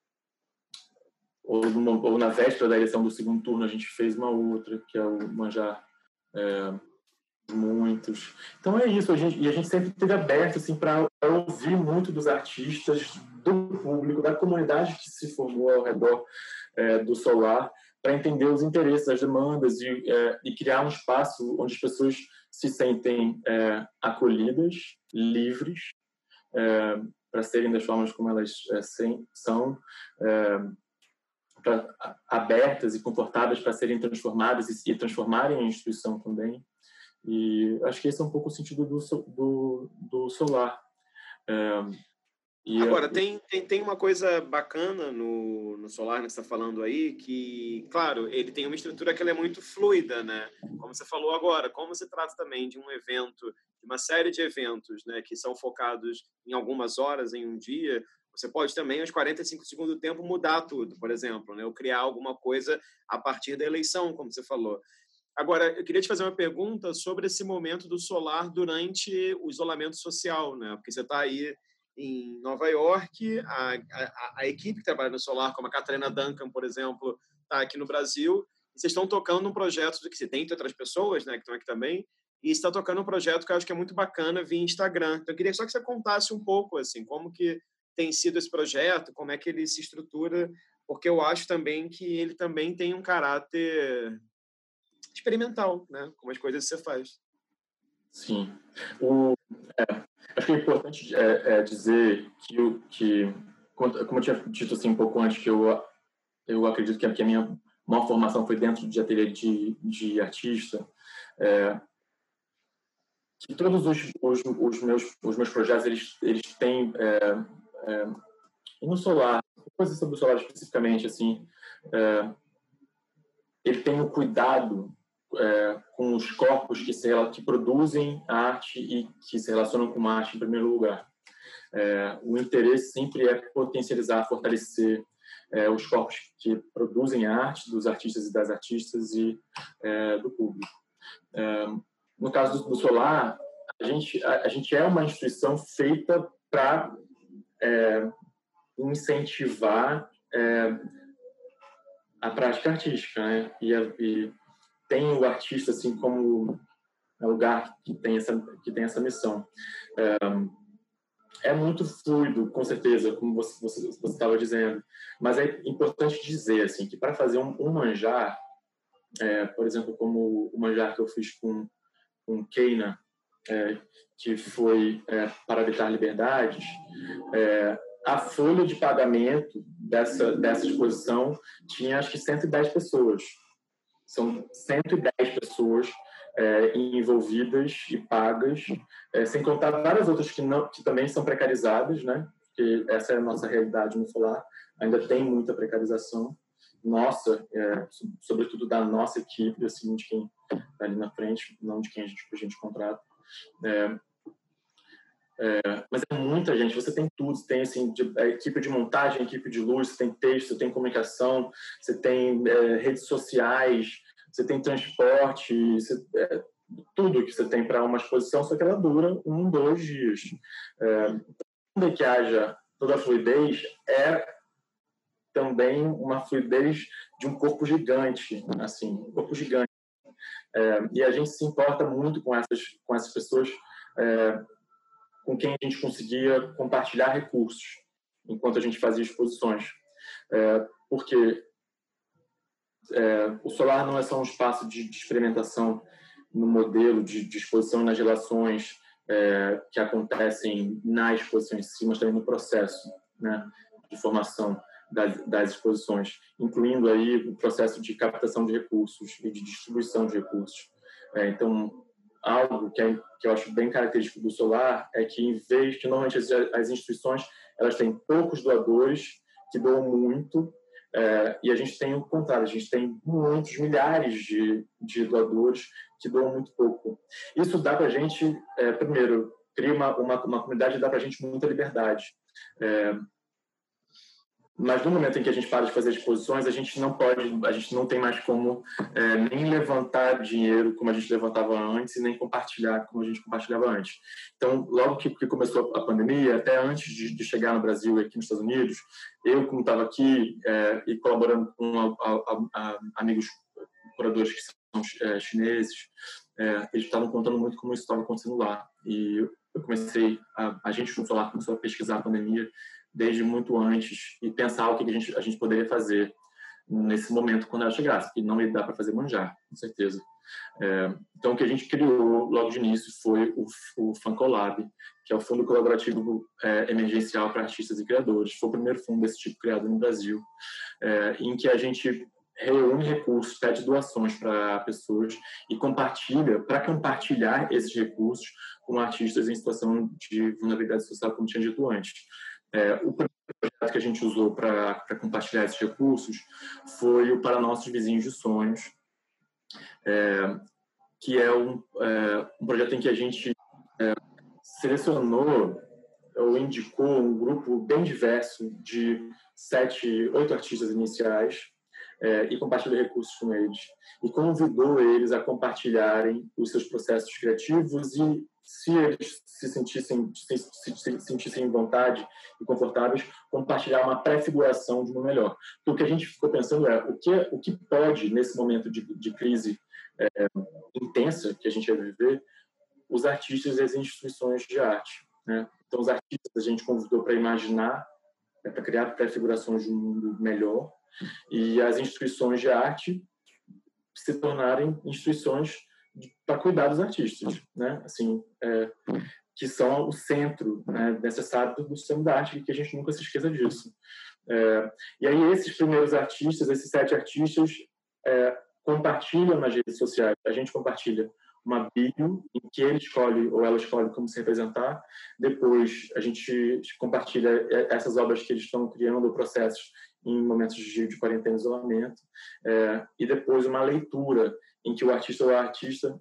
ou, no, ou na véspera da eleição do segundo turno, a gente fez uma outra, que é o Manjar é, Muitos. Então é isso, a gente, e a gente sempre esteve aberto assim, para ouvir muito dos artistas, do público, da comunidade que se formou ao redor é, do Solar, para entender os interesses, as demandas e, é, e criar um espaço onde as pessoas se sentem é, acolhidas, livres, é, para serem das formas como elas é, sem, são, é, pra, abertas e confortáveis para serem transformadas e, e transformarem a instituição também. E acho que esse é um pouco o sentido do, do, do Solar. É, e Agora, tem, tem, tem uma coisa bacana no, no Solar, né, que você está falando aí, que, claro, ele tem uma estrutura que ela é muito fluida, né? Como você falou agora, como se trata também de um evento, de uma série de eventos, né, que são focados em algumas horas, em um dia, você pode também, aos quarenta e cinco segundos do tempo, mudar tudo, por exemplo, né? Ou criar alguma coisa a partir da eleição, como você falou. Agora, eu queria te fazer uma pergunta sobre esse momento do Solar durante o isolamento social, né? Porque você está aí em Nova York, a, a, a equipe que trabalha no Solar, como a Catarina Duncan, por exemplo, está aqui no Brasil, e vocês estão tocando um projeto que você tem outras pessoas, né, que estão aqui também, e está tocando um projeto que eu acho que é muito bacana via Instagram. Então, eu queria só que você contasse um pouco, assim, como que tem sido esse projeto, como é que ele se estrutura, porque eu acho também que ele também tem um caráter experimental, né? Como as coisas você faz. Sim. O, é, acho que é importante é, é dizer que, que, como eu tinha dito assim, um pouco antes, que eu, eu acredito que a, que a minha maior formação foi dentro de ateliê de, de artista, é, que todos os, os, os, meus, os meus projetos, eles, eles têm, é, é, e no Solar, coisa sobre o Solar especificamente, assim, é, ele tem o cuidado É, com os corpos que, se, que produzem a arte e que se relacionam com a arte em primeiro lugar. É, o interesse sempre é potencializar, fortalecer é, os corpos que produzem a arte, dos artistas e das artistas e é, do público. É, no caso do, do Solar, a gente, a, a gente é uma instituição feita para é, incentivar é, a prática artística, né? E, a, e tem o artista assim como um lugar que tem essa que tem essa missão. É, é muito fluido, com certeza, como você você estava dizendo, mas é importante dizer assim que para fazer um, um manjar, é, por exemplo, como o manjar que eu fiz com com Keina, é, que foi é, para evitar liberdades, é, a folha de pagamento dessa dessa exposição tinha acho que cento e dez pessoas. São cento e dez pessoas é, envolvidas e pagas, é, sem contar várias outras que, não, que também são precarizadas, né? Porque essa é a nossa realidade no Solar, ainda tem muita precarização. Nossa, é, sobretudo da nossa equipe, assim, de quem está ali na frente, não de quem a gente, a gente contrata. É, É, mas é muita gente, você tem tudo, você tem assim, de, a equipe de montagem, a equipe de luz, você tem texto, você tem comunicação, você tem é, redes sociais, você tem transporte, você, é, tudo que você tem para uma exposição, só que ela dura um, dois dias. É, que haja toda a fluidez, é também uma fluidez de um corpo gigante, assim, um corpo gigante. É, e a gente se importa muito com essas, com essas pessoas, é, com quem a gente conseguia compartilhar recursos. enquanto a gente fazia exposições. É, porque é, o solar não é só um espaço de, de experimentação no modelo de, de exposição nas relações é, que acontecem na exposição em si, mas também no processo, né, de formação das, das exposições, incluindo aí o processo de captação de recursos e de distribuição de recursos. É, então, algo que, é, que eu acho bem característico do solar é que, em vez que normalmente as, as instituições elas têm poucos doadores que doam muito, é, e a gente tem o contrário, a gente tem muitos, milhares de, de doadores que doam muito pouco. Isso dá para a gente, é, primeiro, cria uma, uma, uma comunidade e dá para a gente muita liberdade. É, mas no momento em que a gente para de fazer exposições, a gente não pode, a gente não tem mais como é, nem levantar dinheiro como a gente levantava antes e nem compartilhar como a gente compartilhava antes. Então, logo que, que começou a pandemia, até antes de, de chegar no Brasil e aqui nos Estados Unidos, eu, como estava aqui é, e colaborando com a, a, a, amigos curadores que são é, chineses, é, eles estavam contando muito como isso estava acontecendo lá. E eu comecei, a, a gente no Solar começou a pesquisar a pandemia desde muito antes e pensar o que a gente, a gente poderia fazer nesse momento quando ela chegasse, porque não ia dar para fazer manjar, com certeza. É, então, o que a gente criou logo de início foi o, o FuncoLab, que é o Fundo Colaborativo é, Emergencial para Artistas e Criadores. Foi o primeiro fundo desse tipo criado no Brasil, é, em que a gente reúne recursos, pede doações para pessoas e compartilha, para compartilhar esses recursos com artistas em situação de vulnerabilidade social, como tinha dito antes. É, o primeiro projeto que a gente usou para compartilhar esses recursos foi o Para Nossos Vizinhos de Sonhos, é, que é um, é um projeto em que a gente é, selecionou ou indicou um grupo bem diverso de sete, oito artistas iniciais é, e compartilhou recursos com eles. E convidou eles a compartilharem os seus processos criativos e, se eles se sentissem, se, se, se sentissem em vontade e confortáveis, compartilhar uma pré-figuração de uma melhor. Então, o que a gente ficou pensando é o que, o que pode, nesse momento de, de crise é, intensa que a gente vai viver, os artistas e as instituições de arte, né? Então, os artistas a gente convidou para imaginar, né, para criar pré-figurações de um mundo melhor, e as instituições de arte se tornarem instituições para cuidar dos artistas, né? Assim, é, que são o centro, né, necessário do sistema da arte, e que a gente nunca se esqueça disso. É, e aí esses primeiros artistas, esses sete artistas, é, compartilham nas redes sociais. A gente compartilha uma bio em que ele escolhe ou ela escolhe como se representar. Depois a gente compartilha essas obras que eles estão criando, processos em momentos de, de quarentena e isolamento. É, e depois uma leitura em que o artista ou a artista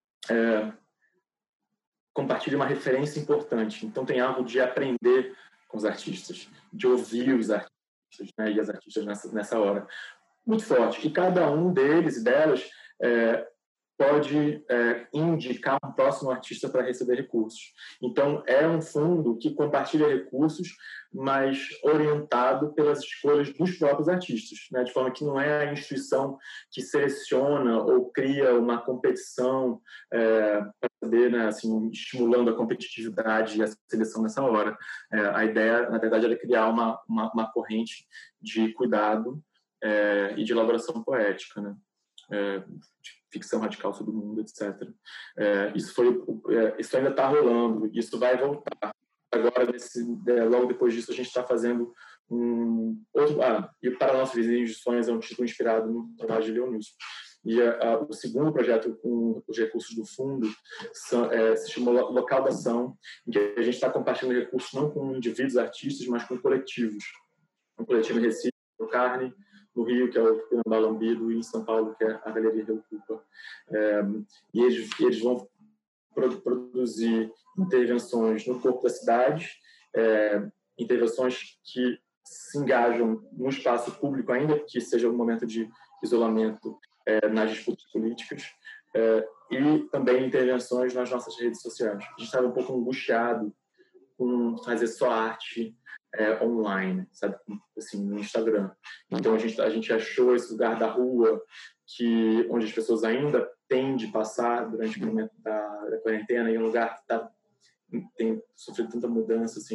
é, compartilha uma referência importante. Então tem algo de aprender com os artistas, de ouvir os artistas, né, e as artistas nessa, nessa hora. Muito forte. E cada um deles e delas é, pode é, indicar um próximo artista para receber recursos. Então, é um fundo que compartilha recursos, mas orientado pelas escolhas dos próprios artistas, né? De forma que não é a instituição que seleciona ou cria uma competição é, para poder, né, assim, estimulando a competitividade e a seleção nessa hora. É, a ideia, na verdade, era criar uma, uma, uma corrente de cuidado é, e de elaboração poética, né? É, de ficção radical sobre o mundo, etcétera. É, isso, foi, é, isso ainda está rolando, isso vai voltar. Agora, nesse, é, logo depois disso, a gente está fazendo um outro... Ah, e Para Nossos Vizinhos de Sonhos é um título inspirado no trabalho de Leonilson. E a, a, o segundo projeto com os recursos do fundo são, é, se chama Local da Ação, em que a gente está compartilhando recursos não com indivíduos artistas, mas com coletivos. Um coletivo em Recife, o Carne, no Rio, que é o Pirambá Lambido, e em São Paulo, que é a Galeria Reocupa. É, e eles, eles vão produ produzir intervenções no corpo da cidade, é, intervenções que se engajam no espaço público, ainda que seja um momento de isolamento, é, nas disputas políticas, é, e também intervenções nas nossas redes sociais. A gente estava um pouco angustiado com fazer só arte é, online, sabe, assim, no Instagram. Então a gente a gente achou esse lugar da rua que onde as pessoas ainda têm de passar durante o momento da, da quarentena, e um lugar que tá, tem sofrido tanta mudança, assim, de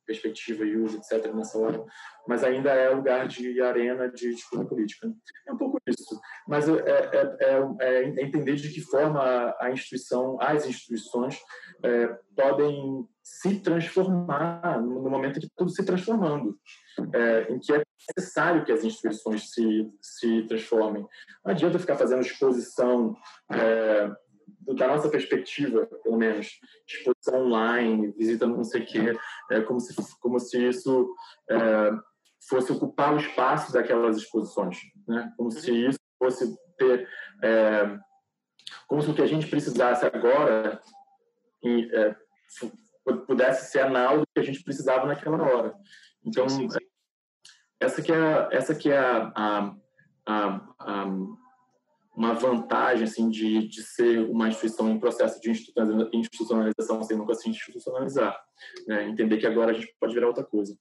perspectiva e uso, etcétera, nessa hora, mas ainda é lugar de arena de disputa política. Né? É um pouco isso, mas é, é, é, é entender de que forma a instituição, as instituições é, podem se transformar no momento em que tudo se transformando, é, em que é necessário que as instituições se, se transformem. Não adianta ficar fazendo exposição, é, da nossa perspectiva, pelo menos, exposição online, visita não sei o quê, é, como, se, como se isso é, fosse ocupar o espaço daquelas exposições, né? Como se isso fosse ter... É, como se o que a gente precisasse agora em, é, pudesse ser análogo do que a gente precisava naquela hora. Então, sim, sim. essa que é, essa que é a, a, a, a uma vantagem assim, de, de ser uma instituição em processo de institucionalização sem nunca se institucionalizar. Né? Entender que agora a gente pode virar outra coisa.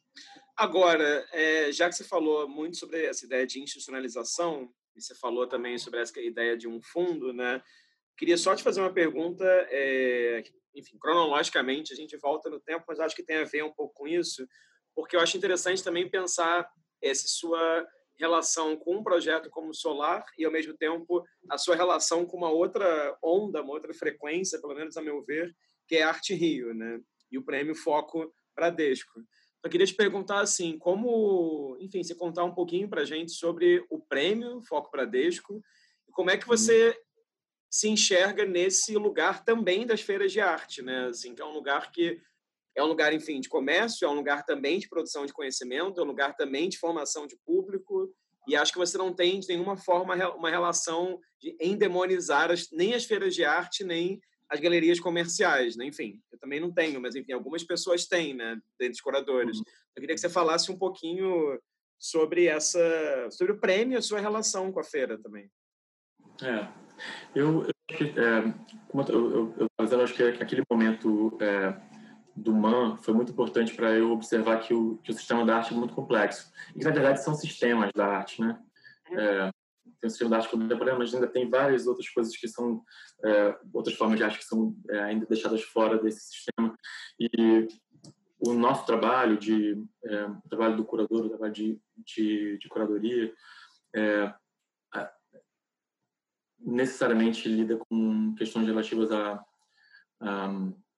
Agora, é, já que você falou muito sobre essa ideia de institucionalização, e você falou também sobre essa ideia de um fundo, né? Queria só te fazer uma pergunta, é, enfim, cronologicamente, a gente volta no tempo, mas acho que tem a ver um pouco com isso, porque eu acho interessante também pensar essa sua relação com um projeto como o Solar e, ao mesmo tempo, a sua relação com uma outra onda, uma outra frequência, pelo menos a meu ver, que é a Arte Rio, né? E o Prêmio Foco Bradesco. Eu queria te perguntar, assim, como, enfim, você contar um pouquinho para a gente sobre o Prêmio Foco Bradesco e como é que você hum. se enxerga nesse lugar também das feiras de arte, né? Assim, que é um lugar que é um lugar, enfim, de comércio, é um lugar também de produção de conhecimento, é um lugar também de formação de público, e acho que você não tem, de nenhuma forma, uma relação de endemonizar as, nem as feiras de arte, nem as galerias comerciais, né? Enfim, eu também não tenho, mas, enfim, algumas pessoas têm, né, dentre os curadores. Eu queria que você falasse um pouquinho sobre essa, sobre o prêmio, a sua relação com a feira também. É, eu, eu, é, como eu, eu, eu, eu acho que aquele momento... É, do M A N foi muito importante para eu observar que o, que o sistema da arte é muito complexo. E, na verdade, são sistemas da arte, né? É, tem o sistema da arte contemporânea, mas ainda tem várias outras coisas que são... É, outras formas de arte que são é, ainda deixadas fora desse sistema. E o nosso trabalho, de, é, o trabalho do curador, o trabalho de, de, de curadoria, é, necessariamente lida com questões relativas a... a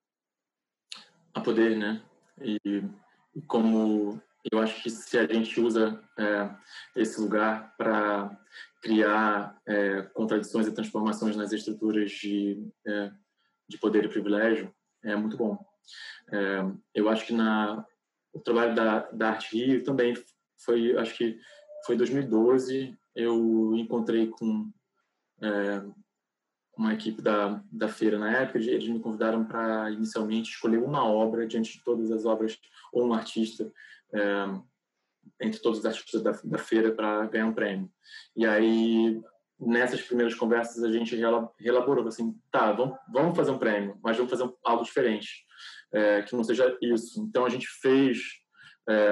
a poder, né? E, e como eu acho que se a gente usa é, esse lugar para criar é, contradições e transformações nas estruturas de, é, de poder e privilégio, é muito bom. É, eu acho que na, o trabalho da, da Arte Rio também foi, acho que foi em dois mil e doze, eu encontrei com é, uma equipe da, da feira na época, eles me convidaram para inicialmente escolher uma obra diante de todas as obras, ou um artista, é, entre todos os artistas da, da feira para ganhar um prêmio. E aí, nessas primeiras conversas, a gente relaborou, assim, tá, vamos, vamos fazer um prêmio, mas vamos fazer algo diferente, é, que não seja isso. Então, a gente fez... É,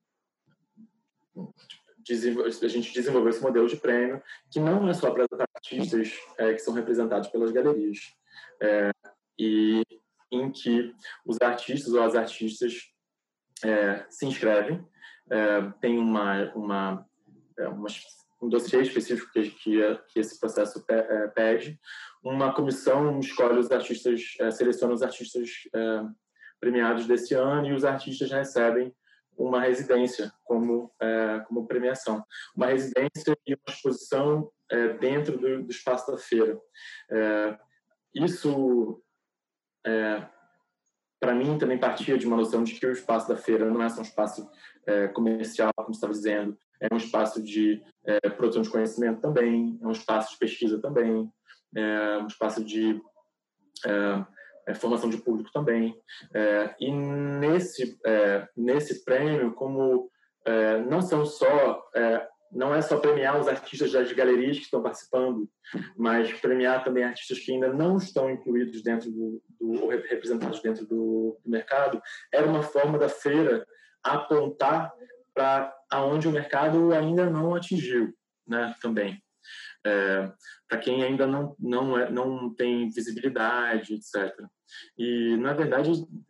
a gente desenvolveu esse modelo de prêmio que não é só para artistas é, que são representados pelas galerias, é, e em que os artistas ou as artistas é, se inscrevem, é, tem uma, uma, é, uma, um dossiê específico que, que, que esse processo pede, uma comissão escolhe os artistas, é, seleciona os artistas é, premiados desse ano, e os artistas recebem uma residência como, é, como premiação. Uma residência e uma exposição é, dentro do, do espaço da feira. É, isso, é, para mim, também partia de uma noção de que o espaço da feira não é só um espaço é, comercial, como você estava dizendo, é um espaço de é, produção de conhecimento também, é um espaço de pesquisa também, é um espaço de... É, É, formação de público também. É, e nesse, é, nesse prêmio, como é, não são só, é, não é só premiar os artistas das galerias que estão participando, mas premiar também artistas que ainda não estão incluídos dentro do, do ou representados dentro do, do mercado, era uma forma da feira apontar para aonde o mercado ainda não atingiu, né, também. É, para quem ainda não não é, não tem visibilidade, etcétera. E na verdade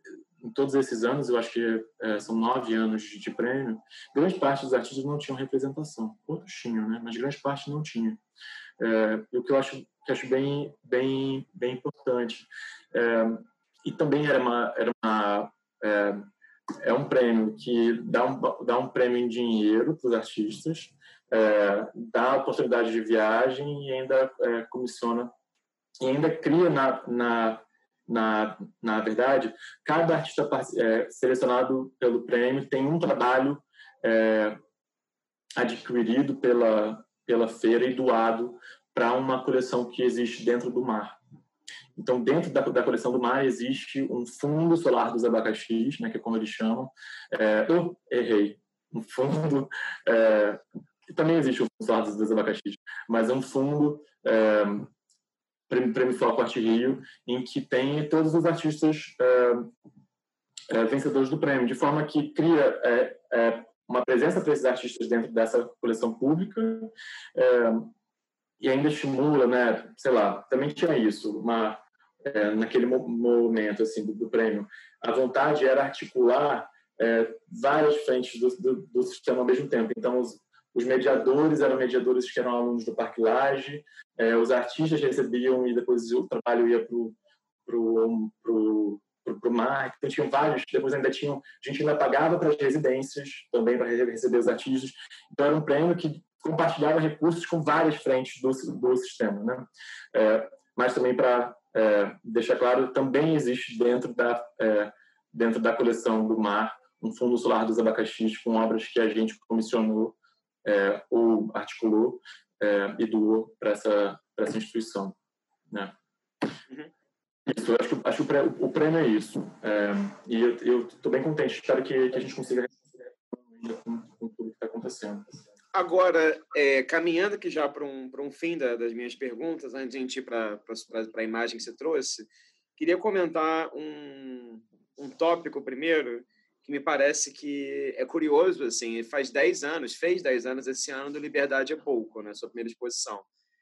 em todos esses anos, eu acho que é, são nove anos de, de prêmio, grande parte dos artistas não tinham representação. Outros tinham, né? Mas grande parte não tinha. É, o que eu acho, que acho bem, bem, bem importante. É, e também era uma... Era uma é, é um prêmio que dá um, dá um prêmio em dinheiro para os artistas, é, dá oportunidade de viagem e ainda é, comissiona, e ainda cria na... na Na, na verdade, cada artista é, selecionado pelo prêmio tem um trabalho é, adquirido pela, pela feira e doado para uma coleção que existe dentro do mar. Então, dentro da, da coleção do mar existe um fundo solar dos abacaxis, né, que é como eles chamam. É, eu errei. Um fundo... É, também existe o fundo solar dos, dos abacaxis, mas é um fundo... É, Prêmio, Prêmio Foco Arte Rio, em que tem todos os artistas é, é, vencedores do prêmio, de forma que cria é, é, uma presença para esses artistas dentro dessa coleção pública é, e ainda estimula, né, sei lá, também tinha isso, uma, é, naquele momento assim, do, do prêmio, a vontade era articular é, várias frentes do, do, do sistema ao mesmo tempo. Então, os, Os mediadores eram mediadores que eram alunos do Parque Lage, eh, os artistas recebiam e depois o trabalho ia para o pro, pro, pro, pro mar. Então, tinham vários, depois ainda tinham... A gente ainda pagava para as residências também para receber os artistas. Então, era um prêmio que compartilhava recursos com várias frentes do, do sistema, né? É, mas também, para é, deixar claro, também existe dentro da, é, dentro da coleção do mar um fundo solar dos abacaxis com obras que a gente comissionou É, ou articulou é, e doou para essa, para essa instituição, né? Uhum. Isso, eu acho que, acho que o, prêmio, o prêmio é isso. É, e eu estou bem contente, espero que, que a gente consiga com, com tudo que está acontecendo. Agora, é, caminhando aqui já para um, para um fim da, das minhas perguntas, antes de a gente ir para a imagem que você trouxe, queria comentar um, um tópico primeiro, que me parece que é curioso, assim, faz dez anos, fez dez anos esse ano do Liberdade é Pouco, né, sua primeira exposição.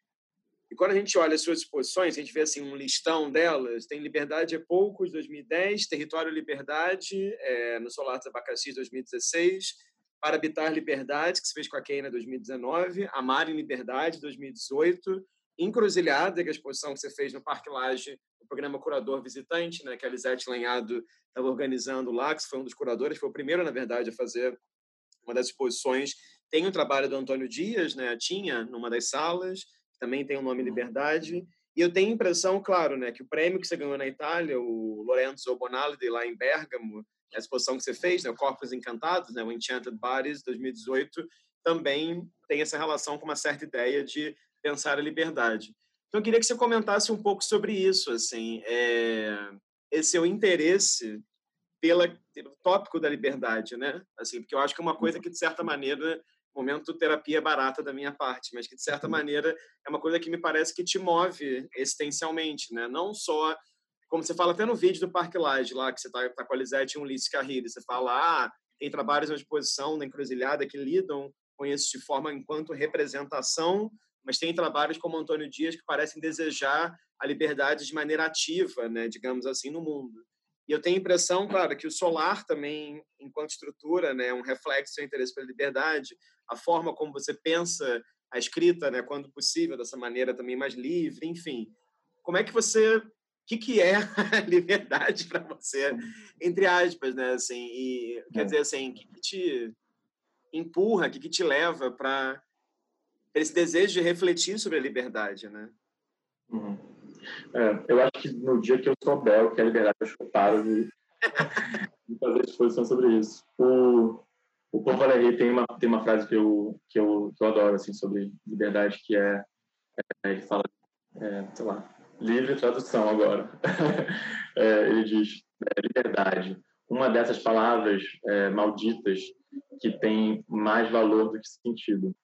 E quando a gente olha as suas exposições, a gente vê assim, um listão delas, tem Liberdade é Pouco, de dois mil e dez, Território Liberdade, é, no Solar dos Abacaxis, dois mil e dezesseis, Para Habitar Liberdade, que se fez com a Keina, dois mil e dezenove, Amar em Liberdade, dois mil e dezoito, Encruzilhada, que é a exposição que você fez no Parque Lage, o programa Curador Visitante, né, que a Lisete Lanhado estava organizando lá, que foi um dos curadores, foi o primeiro, na verdade, a fazer uma das exposições. Tem um trabalho do Antônio Dias, né, tinha, numa das salas, que também tem o nome Liberdade, e eu tenho a impressão, claro, né, que o prêmio que você ganhou na Itália, o Lorenzo Bonaldi, lá em Bergamo, a exposição que você fez, né, o Corpos Encantados, né, o Enchanted Bodies, dois mil e dezoito, também tem essa relação com uma certa ideia de pensar a liberdade. Então, eu queria que você comentasse um pouco sobre isso, assim, é, esse seu interesse pela, pelo tópico da liberdade, né? Assim, porque eu acho que é uma coisa que, de certa maneira, momento terapia barata da minha parte, mas que, de certa maneira, é uma coisa que me parece que te move existencialmente, né? Não só, como você fala até no vídeo do Parque Lage, lá, que você está tá com a Lisete e um Ulisses Carrilho, você fala, ah, tem trabalhos na exposição, na Encruzilhada, que lidam com isso de forma enquanto representação, mas tem trabalhos como Antônio Dias que parecem desejar a liberdade de maneira ativa, né, digamos assim, no mundo. E eu tenho a impressão, claro, que o Solar também, enquanto estrutura, né, é um reflexo do seu interesse pela liberdade, a forma como você pensa a escrita, né, quando possível, dessa maneira também mais livre, enfim. Como é que você... O que, que é a liberdade para você, entre aspas, né, assim, e, quer dizer, assim, o que, que te empurra, o que, que te leva para esse desejo de refletir sobre a liberdade, né? Uhum. É, eu acho que no dia que eu souber o que é liberdade, eu acho que eu paro de, de fazer exposição sobre isso. O, o Paul Valéry tem uma, tem uma frase que eu, que, eu, que eu adoro, assim, sobre liberdade, que é, é ele fala, é, sei lá, livre tradução agora. É, ele diz, é, liberdade, uma dessas palavras é, malditas que tem mais valor do que sentido.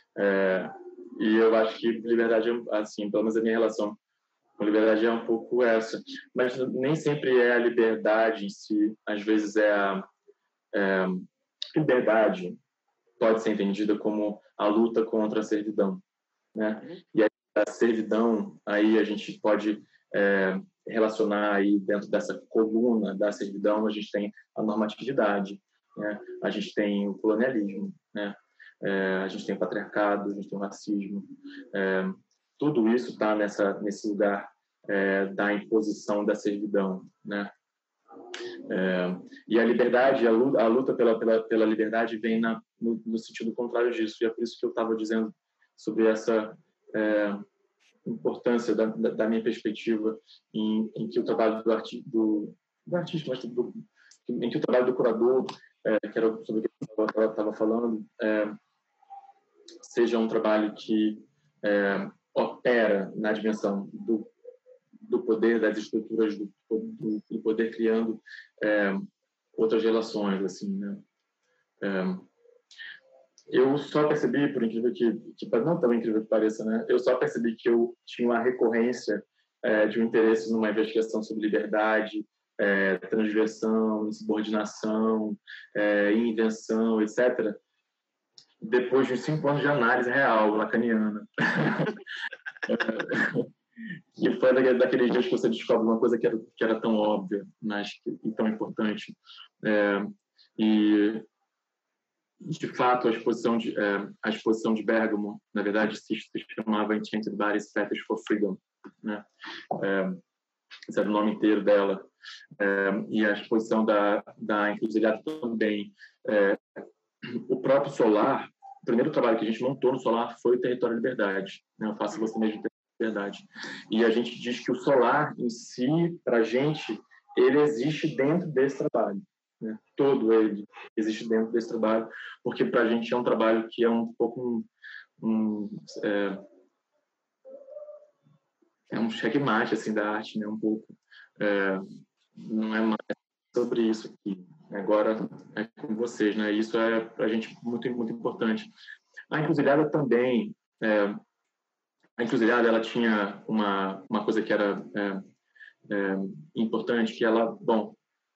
É, e eu acho que liberdade, assim, pelo menos a minha relação com liberdade é um pouco essa. Mas nem sempre é a liberdade em si. Às vezes é a é, liberdade pode ser entendida como a luta contra a servidão, né? E aí, a servidão, aí a gente pode é, relacionar aí dentro dessa coluna da servidão, a gente tem a normatividade, né? A gente tem o colonialismo, né? É, a gente tem o patriarcado, a gente tem o racismo. É, tudo isso está nessa nesse lugar é, da imposição da servidão, né? É, e a liberdade, a luta, a luta pela, pela, pela liberdade vem na, no, no sentido contrário disso. E é por isso que eu estava dizendo sobre essa é, importância da, da, da minha perspectiva em, em que o trabalho do, arti, do, do artista, mas do, em que o trabalho do curador, é, que era sobre o que eu estava falando, é, seja um trabalho que é, opera na dimensão do do poder, das estruturas do, do, do poder, criando é, outras relações, assim, né? É, eu só percebi, por incrível que, que não tão incrível que pareça, né? Eu só percebi que eu tinha uma recorrência é, de um interesse numa investigação sobre liberdade, é, transversão, insubordinação, é, invenção, etcétera, depois de uns cinco anos de análise real, lacaniana. E foi daqueles dias que você descobre uma coisa que era, que era tão óbvia, mas que, e tão importante. É, e, de fato, a exposição de, é, a exposição de Bergamo, na verdade, se, se chamava Enchanted Bodies, Fetish for Freedom, né? É, esse era o nome inteiro dela. É, e a exposição da, da Encruzilhada também. É, o próprio Solar, o primeiro trabalho que a gente montou no Solar foi o Território Liberdade, né? Eu faço você mesmo verdade. E a gente diz que o solar em si, para a gente, ele existe dentro desse trabalho, né? Todo ele existe dentro desse trabalho, porque para a gente é um trabalho que é um pouco um, um é, é um checkmate assim da arte, né? Um pouco é, não é mais sobre isso aqui. Agora é com vocês, né? Isso é para a gente muito muito importante. A Encruzilhada também é, a Encruzilhada, ela tinha uma, uma coisa que era é, é, importante, que ela, bom,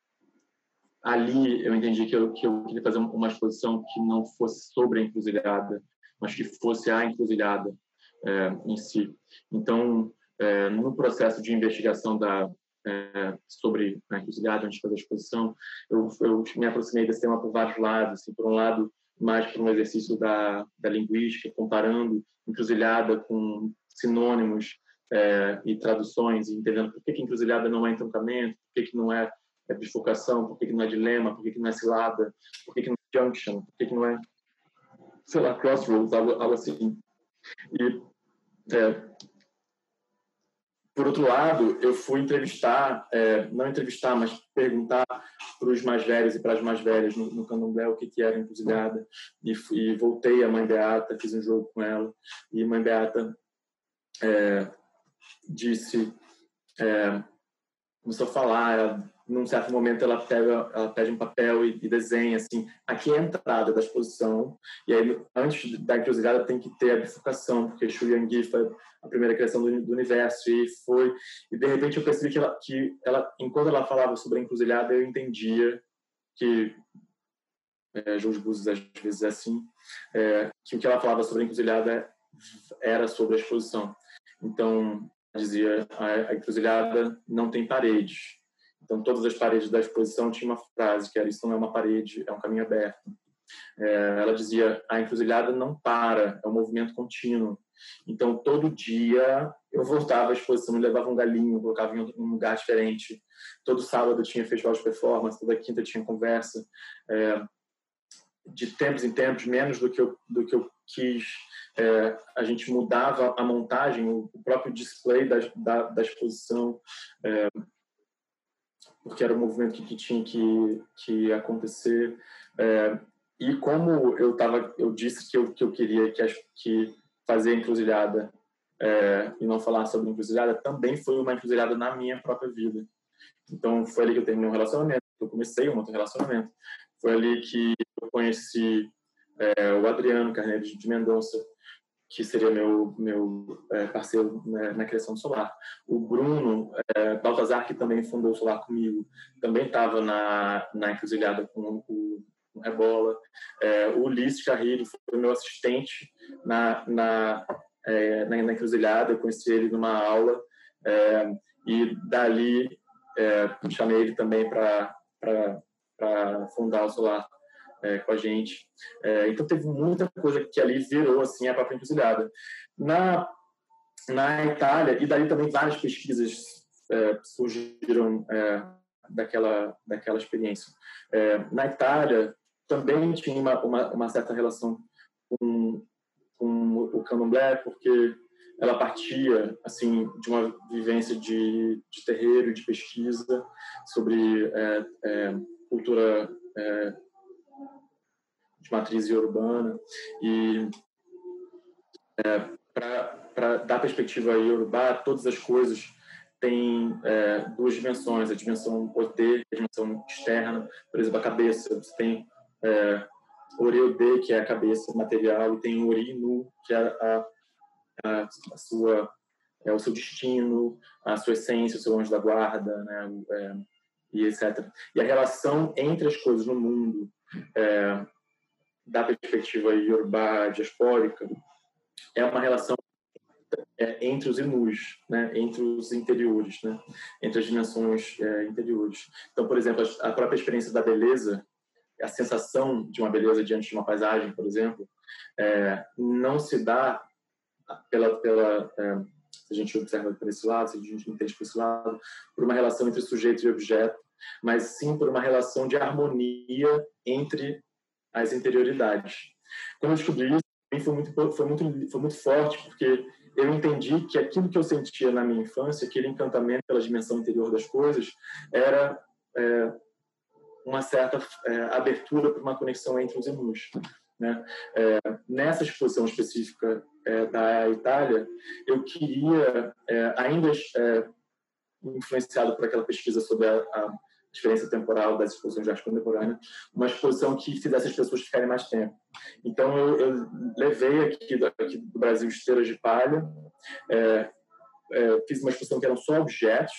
ali eu entendi que eu, que eu queria fazer uma exposição que não fosse sobre a Encruzilhada, mas que fosse a Encruzilhada é, em si. Então, é, no processo de investigação da, é, sobre a Encruzilhada, antes de fazer a exposição, eu, eu me aproximei desse tema por vários lados. Assim, por um lado, mais para um exercício da, da linguística, comparando encruzilhada com sinônimos é, e traduções, e entendendo por que, que encruzilhada não é entroncamento, por que, que não é, é bifurcação, por que, que não é dilema, por que, que não é cilada, por que, que não é junction, por que, que não é, sei lá, crossroads, algo, algo assim. E, é, por outro lado, eu fui entrevistar, é, não entrevistar, mas perguntar para os mais velhos e para as mais velhas no, no candomblé o que, que era encruzilhada, e, e voltei a Mãe Beata, fiz um jogo com ela, e Mãe Beata é, disse, é, começou a falar, ela, num certo momento ela pega, ela pede um papel e, e desenha assim, aqui é a entrada da exposição, e aí antes da encruzilhada tem que ter a bifurcação, porque Xu Yangui foi a primeira criação do, do universo, e foi, e de repente eu percebi que ela, que ela, enquanto ela falava sobre a encruzilhada, eu entendia que é, Jorge Búzios às vezes é assim, é, que o que ela falava sobre a encruzilhada era sobre a exposição. Então, dizia, a encruzilhada não tem paredes. Então, todas as paredes da exposição tinham uma frase, que era, isso não é uma parede, é um caminho aberto. É, ela dizia, a encruzilhada não para, é um movimento contínuo. Então, todo dia eu voltava à exposição, me levava um galinho, colocava em um lugar diferente. Todo sábado tinha festival de performance, toda quinta tinha conversa. É, de tempos em tempos, menos do que eu, do que eu quis, é, a gente mudava a montagem, o, o próprio display da, da, da exposição, é, porque era o movimento que, que tinha que, que acontecer. É, e como eu, tava, eu disse que eu, que eu queria que, as, que fazer a encruzilhada é, e não falar sobre a encruzilhada, também foi uma encruzilhada na minha própria vida. Então, foi ali que eu terminei um relacionamento, eu comecei um outro relacionamento. Foi ali que eu conheci é, o Adriano Carneiro de Mendonça, que seria meu, meu é, parceiro né, na criação do Solar. O Bruno é, Baltazar, que também fundou o Solar comigo, também estava na, na encruzilhada com o, o Rebola. É, o Ulisses Carrilho foi meu assistente na, na, é, na, na encruzilhada, eu conheci ele numa aula. É, e dali é, chamei ele também para fundar o Solar é, com a gente. É, então teve muita coisa que ali virou assim a própria encruzilhada. Na, na Itália, e daí também várias pesquisas é, surgiram é, daquela, daquela experiência. É, na Itália, também tinha uma, uma, uma certa relação com, com o candomblé, porque ela partia assim de uma vivência de, de terreiro, de pesquisa sobre é, é, cultura é, de matriz urbana, e é, para dar perspectiva iorubá, todas as coisas têm é, duas dimensões, a dimensão poder, a dimensão externa. Por exemplo, a cabeça, você tem é, Ori-Ode, que é a cabeça material, e tem Ori-Nu, que é a, a, a sua, é o seu destino, a sua essência, o seu anjo da guarda, né, é, e etcétera. E a relação entre as coisas no mundo, é, da perspectiva iorubá, diaspórica, é uma relação é, entre os inus, né, entre os interiores, né, entre as dimensões é, interiores. Então, por exemplo, a própria experiência da beleza, a sensação de uma beleza diante de uma paisagem, por exemplo, é, não se dá pela, pela é, se a gente observa por esse lado, se a gente entende por esse lado, por uma relação entre sujeito e objeto, mas sim por uma relação de harmonia entre as interioridades. Quando eu descobri isso, foi muito, foi muito, foi muito forte, porque eu entendi que aquilo que eu sentia na minha infância, aquele encantamento pela dimensão interior das coisas, era é, uma certa é, abertura para uma conexão entre os inus, né? É, nessa exposição específica é, da Itália, eu queria, é, ainda é, influenciado por aquela pesquisa sobre a, a experiência temporal das exposições de arte contemporânea, uma exposição que fizesse as pessoas ficarem mais tempo. Então, eu, eu levei aqui, aqui do Brasil esteiras de palha, é, é, fiz uma exposição que eram só objetos,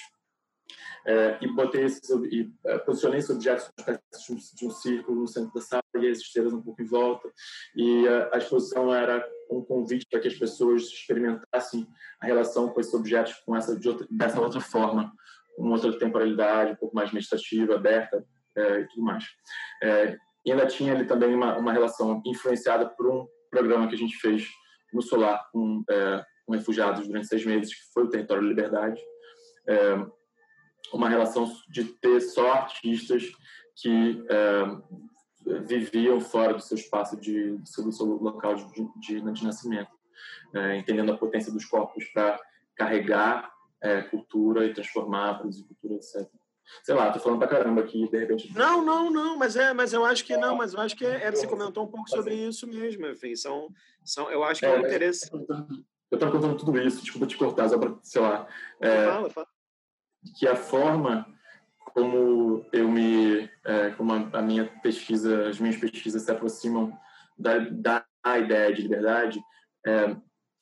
é, e botei esses, e é, posicionei esses objetos de um, de um círculo no centro da sala e as esteiras um pouco em volta, e a, a exposição era um convite para que as pessoas experimentassem a relação com esses objetos com essa, de outra, dessa outra forma, uma outra temporalidade, um pouco mais meditativa, aberta, é, e tudo mais. É, e ainda tinha ali também uma, uma relação influenciada por um programa que a gente fez no Solar com, é, com refugiados durante seis meses, que foi o Território da Liberdade, é, uma relação de ter só artistas que é, viviam fora do seu espaço, de, do, seu, do seu local de, de, de nascimento, é, entendendo a potência dos corpos para carregar É, cultura e transformar, produzir cultura, etcétera. Sei lá, tô falando pra caramba aqui, de repente... Não, não, não, mas, é, mas eu acho que não, mas eu acho que é, você comentou um pouco sobre isso mesmo, enfim, são, são, eu acho que é um interesse... Eu tô contando tudo isso, desculpa te cortar, só pra, sei lá... É, fala, fala. Que a forma como eu me... É, como a, a minha pesquisa, as minhas pesquisas se aproximam da, da ideia de liberdade, é,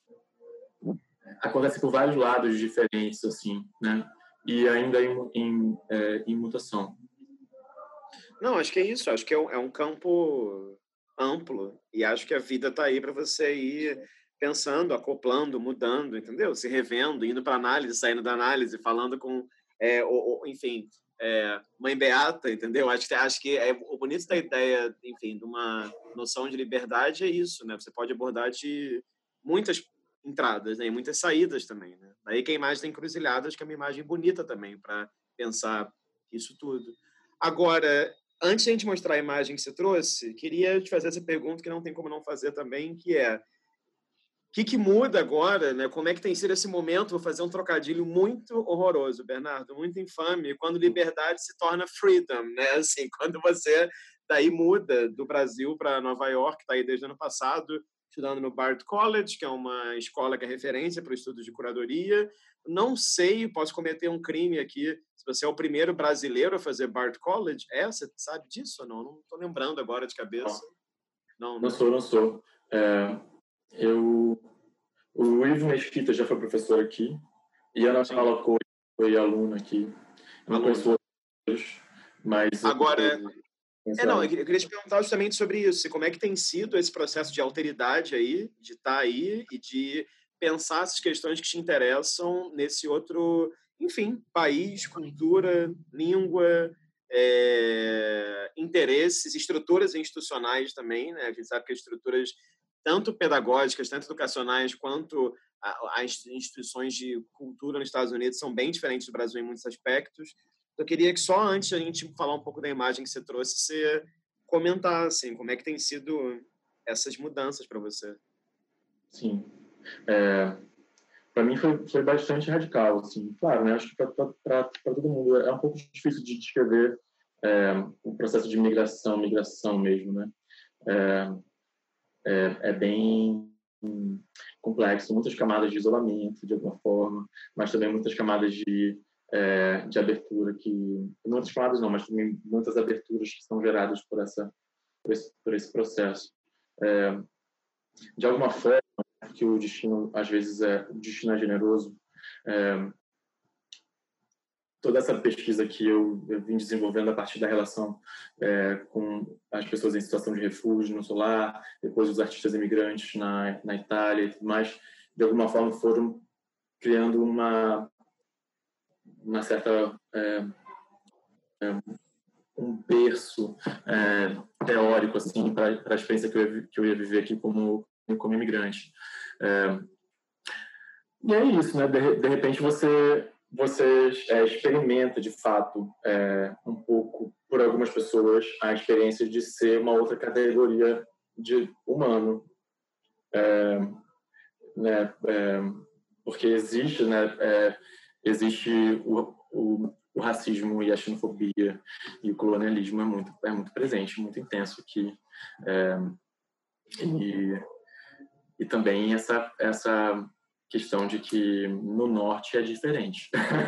acontece por vários lados diferentes, assim, né? E ainda em, em, é, em mutação. Não, acho que é isso. Acho que é um, é um campo amplo. E acho que a vida está aí para você ir pensando, acoplando, mudando, entendeu? Se revendo, indo para análise, saindo da análise, falando com, é, ou, ou, enfim, é, mãe beata, entendeu? Acho que, acho que é, o bonito da ideia, enfim, de uma noção de liberdade é isso, né? Você pode abordar de muitas entradas, né? E muitas saídas também, né? Daí que a imagem da encruzilhada, acho que é uma imagem bonita também para pensar isso tudo. Agora, antes de a gente mostrar a imagem que você trouxe, queria te fazer essa pergunta que não tem como não fazer também, que é o que, que muda agora, né? Como é que tem sido esse momento? Vou fazer um trocadilho muito horroroso, Bernardo, muito infame, quando liberdade se torna freedom, né? Assim, quando você daí muda do Brasil para Nova York, está aí desde o ano passado, estudando no Bard College, que é uma escola que é referência para o estudo de curadoria. Não sei, posso cometer um crime aqui, se você é o primeiro brasileiro a fazer Bard College. É, você sabe disso ou não? Não estou lembrando agora de cabeça. Não, não, não sou, não sou. É, eu, o Ivo Mesquita já foi professor aqui, e a Ana Paula Coelho foi aluna aqui. Eu não conheço outros, mas... Agora... É, não, eu queria te perguntar justamente sobre isso. Como é que tem sido esse processo de alteridade aí, de estar aí e de pensar essas questões que te interessam nesse outro, enfim, país, cultura, língua, é, interesses, estruturas institucionais também, né? A gente sabe que as estruturas tanto pedagógicas, tanto educacionais, quanto as instituições de cultura nos Estados Unidos são bem diferentes do Brasil em muitos aspectos. Eu queria que só antes de a gente falar um pouco da imagem que você trouxe, você comentasse assim, como é que tem sido essas mudanças para você. Sim. É, para mim foi, foi bastante radical, assim. Claro, né? Acho que para todo mundo é um pouco difícil de descrever é, o processo de migração, migração mesmo, né? É, é, é bem complexo, muitas camadas de isolamento, de alguma forma, mas também muitas camadas de, é, de abertura, que muitas camadas não, mas também muitas aberturas que são geradas por, essa, por, esse, por esse processo. É, de alguma forma, que o destino, às vezes, é, o destino é generoso, é, toda essa pesquisa que eu, eu vim desenvolvendo a partir da relação é, com as pessoas em situação de refúgio no Solar, depois os artistas imigrantes na, na Itália e tudo mais, de alguma forma foram criando uma, uma certa... É, é, um berço é, teórico assim, para a experiência que eu, ia, que eu ia viver aqui como, como imigrante. É, e é isso, né? De, de repente você você é, experimenta de fato é, um pouco por algumas pessoas a experiência de ser uma outra categoria de humano, é, né? É, porque existe, né? É, existe o, o, o racismo e a xenofobia e o colonialismo é muito é muito presente, muito intenso aqui, é, e, e também essa essa questão de que no norte é diferente.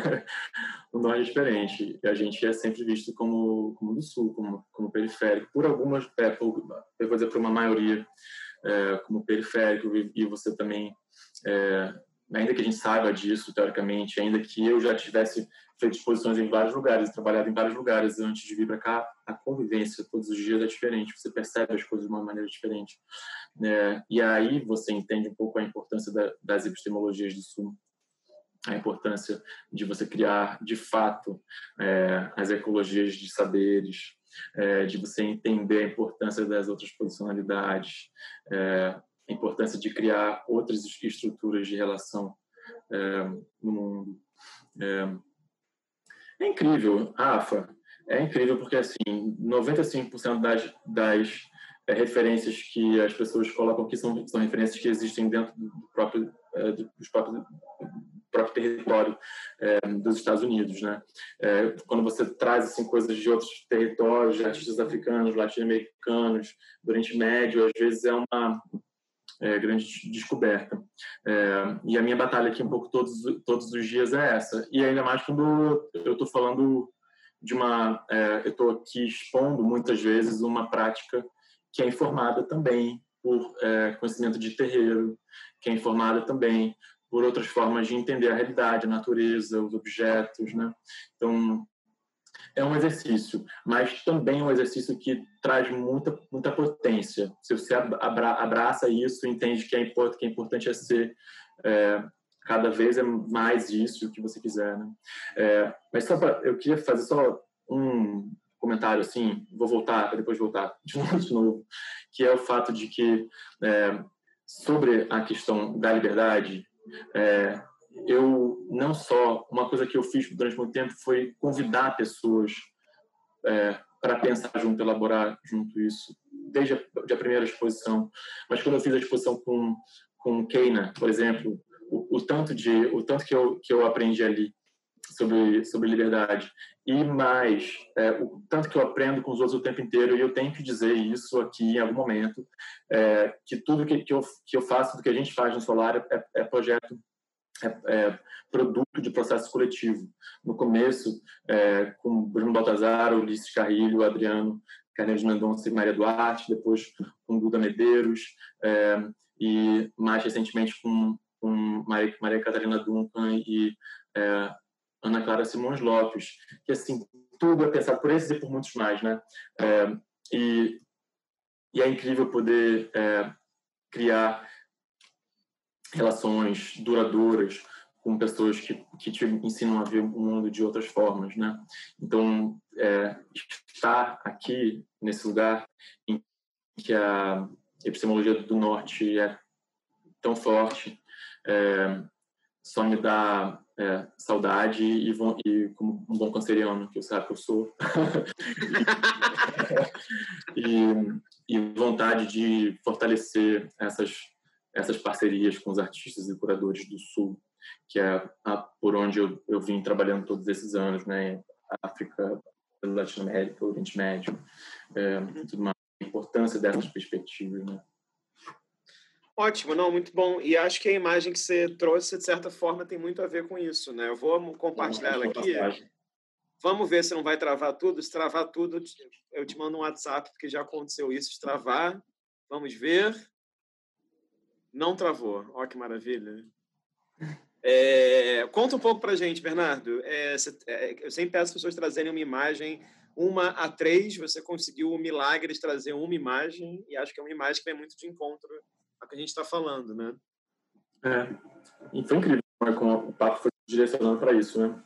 No norte é diferente. E a gente é sempre visto como, como do sul, como, como periférico, por algumas, é, por, eu vou dizer por uma maioria, é, como periférico, e, e você também, é, ainda que a gente saiba disso, teoricamente, ainda que eu já tivesse feito exposições em vários lugares, trabalhado em vários lugares antes de vir para cá, a convivência todos os dias é diferente, você percebe as coisas de uma maneira diferente. É, e aí você entende um pouco a importância da, das epistemologias do Sul, a importância de você criar, de fato, é, as ecologias de saberes, é, de você entender a importância das outras posicionalidades, é, a importância de criar outras estruturas de relação é, no mundo. É, é incrível, Rafa, é incrível porque, assim, noventa e cinco por cento das, das é, referências que as pessoas colocam aqui são, são referências que existem dentro do próprio, é, dos próprios, do próprio território é, dos Estados Unidos, né? É, quando você traz assim, coisas de outros territórios, de artistas africanos, latino-americanos, do Oriente Médio, às vezes é uma é, grande descoberta. É, e a minha batalha aqui um pouco todos, todos os dias é essa. E ainda mais quando eu estou falando de uma... É, eu estou aqui expondo, muitas vezes, uma prática que é informada também por é, conhecimento de terreiro, que é informada também por outras formas de entender a realidade, a natureza, os objetos, né? Então, é um exercício, mas também é um exercício que traz muita, muita potência. Se você abra, abraça isso, entende que é, import, que é importante é ser é, cada vez é mais isso, o que você quiser, né? É, mas só pra, eu queria fazer só um comentário assim, vou voltar, para depois voltar de novo, de novo, que é o fato de que é, sobre a questão da liberdade, é, eu não só, uma coisa que eu fiz durante muito tempo foi convidar pessoas é, para pensar junto, elaborar junto isso, desde a, de a primeira exposição. Mas quando eu fiz a exposição com com Keina, por exemplo, o, o tanto de o tanto que eu que eu aprendi ali sobre sobre liberdade e mais é, o tanto que eu aprendo com os outros o tempo inteiro, e eu tenho que dizer isso aqui em algum momento, é, que tudo que, que eu que eu faço, tudo que a gente faz no Solar é, é projeto É, é, produto de processo coletivo. No começo, é, com Bruno Baltazar, Ulisses Carrilho, Adriano Carneiro de Mendonça e Maria Duarte, depois com Duda Medeiros, é, e mais recentemente com, com Maria, Maria Catarina Duncan e é, Ana Clara Simões Lopes, que assim, tudo é pensado por esses e por muitos mais, né? É, e, e é incrível poder é, criar relações duradouras com pessoas que, que te ensinam a ver o mundo de outras formas, né? Então, é, estar aqui, nesse lugar em que a epistemologia do Norte é tão forte, é, só me dá é, saudade e, e, como um bom canceriano, que eu sabe que eu sou, e, e vontade de fortalecer essas, essas parcerias com os artistas e curadores do Sul, que é a, por onde eu, eu vim trabalhando todos esses anos, né? África, Latinoamérica, Oriente Médio, é, tudo mais. A importância dessas perspectivas, né? Ótimo, não, muito bom. E acho que a imagem que você trouxe, de certa forma, tem muito a ver com isso, né? Eu vou compartilhar ela aqui. Vamos ver se não vai travar tudo. Se travar tudo, eu te mando um WhatsApp, porque já aconteceu isso, de travar. Vamos ver. Não travou. Ó, que maravilha. É, conta um pouco pra gente, Bernardo. É, você, é, eu sempre peço as pessoas trazerem uma imagem, uma a três. Você conseguiu o milagre de trazer uma imagem, e acho que é uma imagem que vem muito de encontro ao que a gente está falando, né? É, e foi incrível como o papo foi direcionando para isso, né?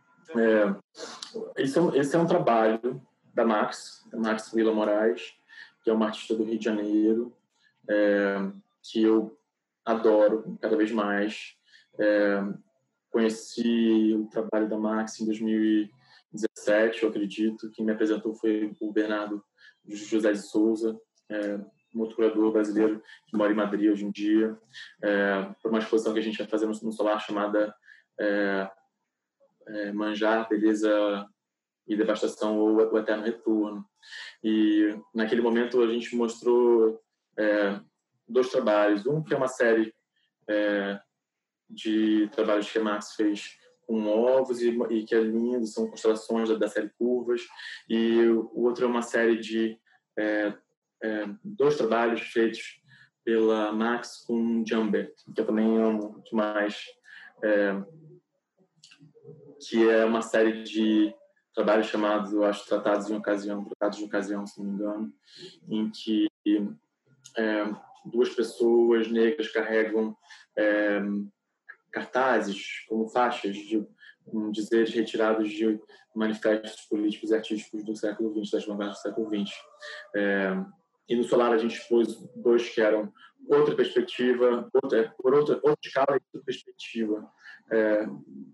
É, esse, é, esse é um trabalho da Max, da Max Vila Moraes, que é uma artista do Rio de Janeiro, é, que eu adoro cada vez mais. É, conheci o trabalho da Max em dois mil e dezessete, eu acredito. Quem me apresentou foi o Bernardo José de Souza, é, um outro curador brasileiro que mora em Madrid hoje em dia, é, por uma exposição que a gente vai fazer no, no Solar chamada é, é, Manjar, Beleza e Devastação ou O Eterno Retorno. E naquele momento a gente mostrou é, dois trabalhos. Um que é uma série é, de trabalhos que a Max fez com ovos e, e que é lindo, são constelações da, da série Curvas. E o outro é uma série de é, é, dois trabalhos feitos pela Max com Djambe, que eu também amo demais, é, que é uma série de trabalhos chamados, eu acho, Tratados de Ocasião, Tratados de Ocasião, se não me engano, em que é, duas pessoas negras carregam é, cartazes como faixas de um, dizeres retirados de manifestos políticos e artísticos do século vinte, das vanguardas do século vinte. É, e no Solar a gente expôs dois que eram outra perspectiva, outra, por outra, outra escala e outra perspectiva. É,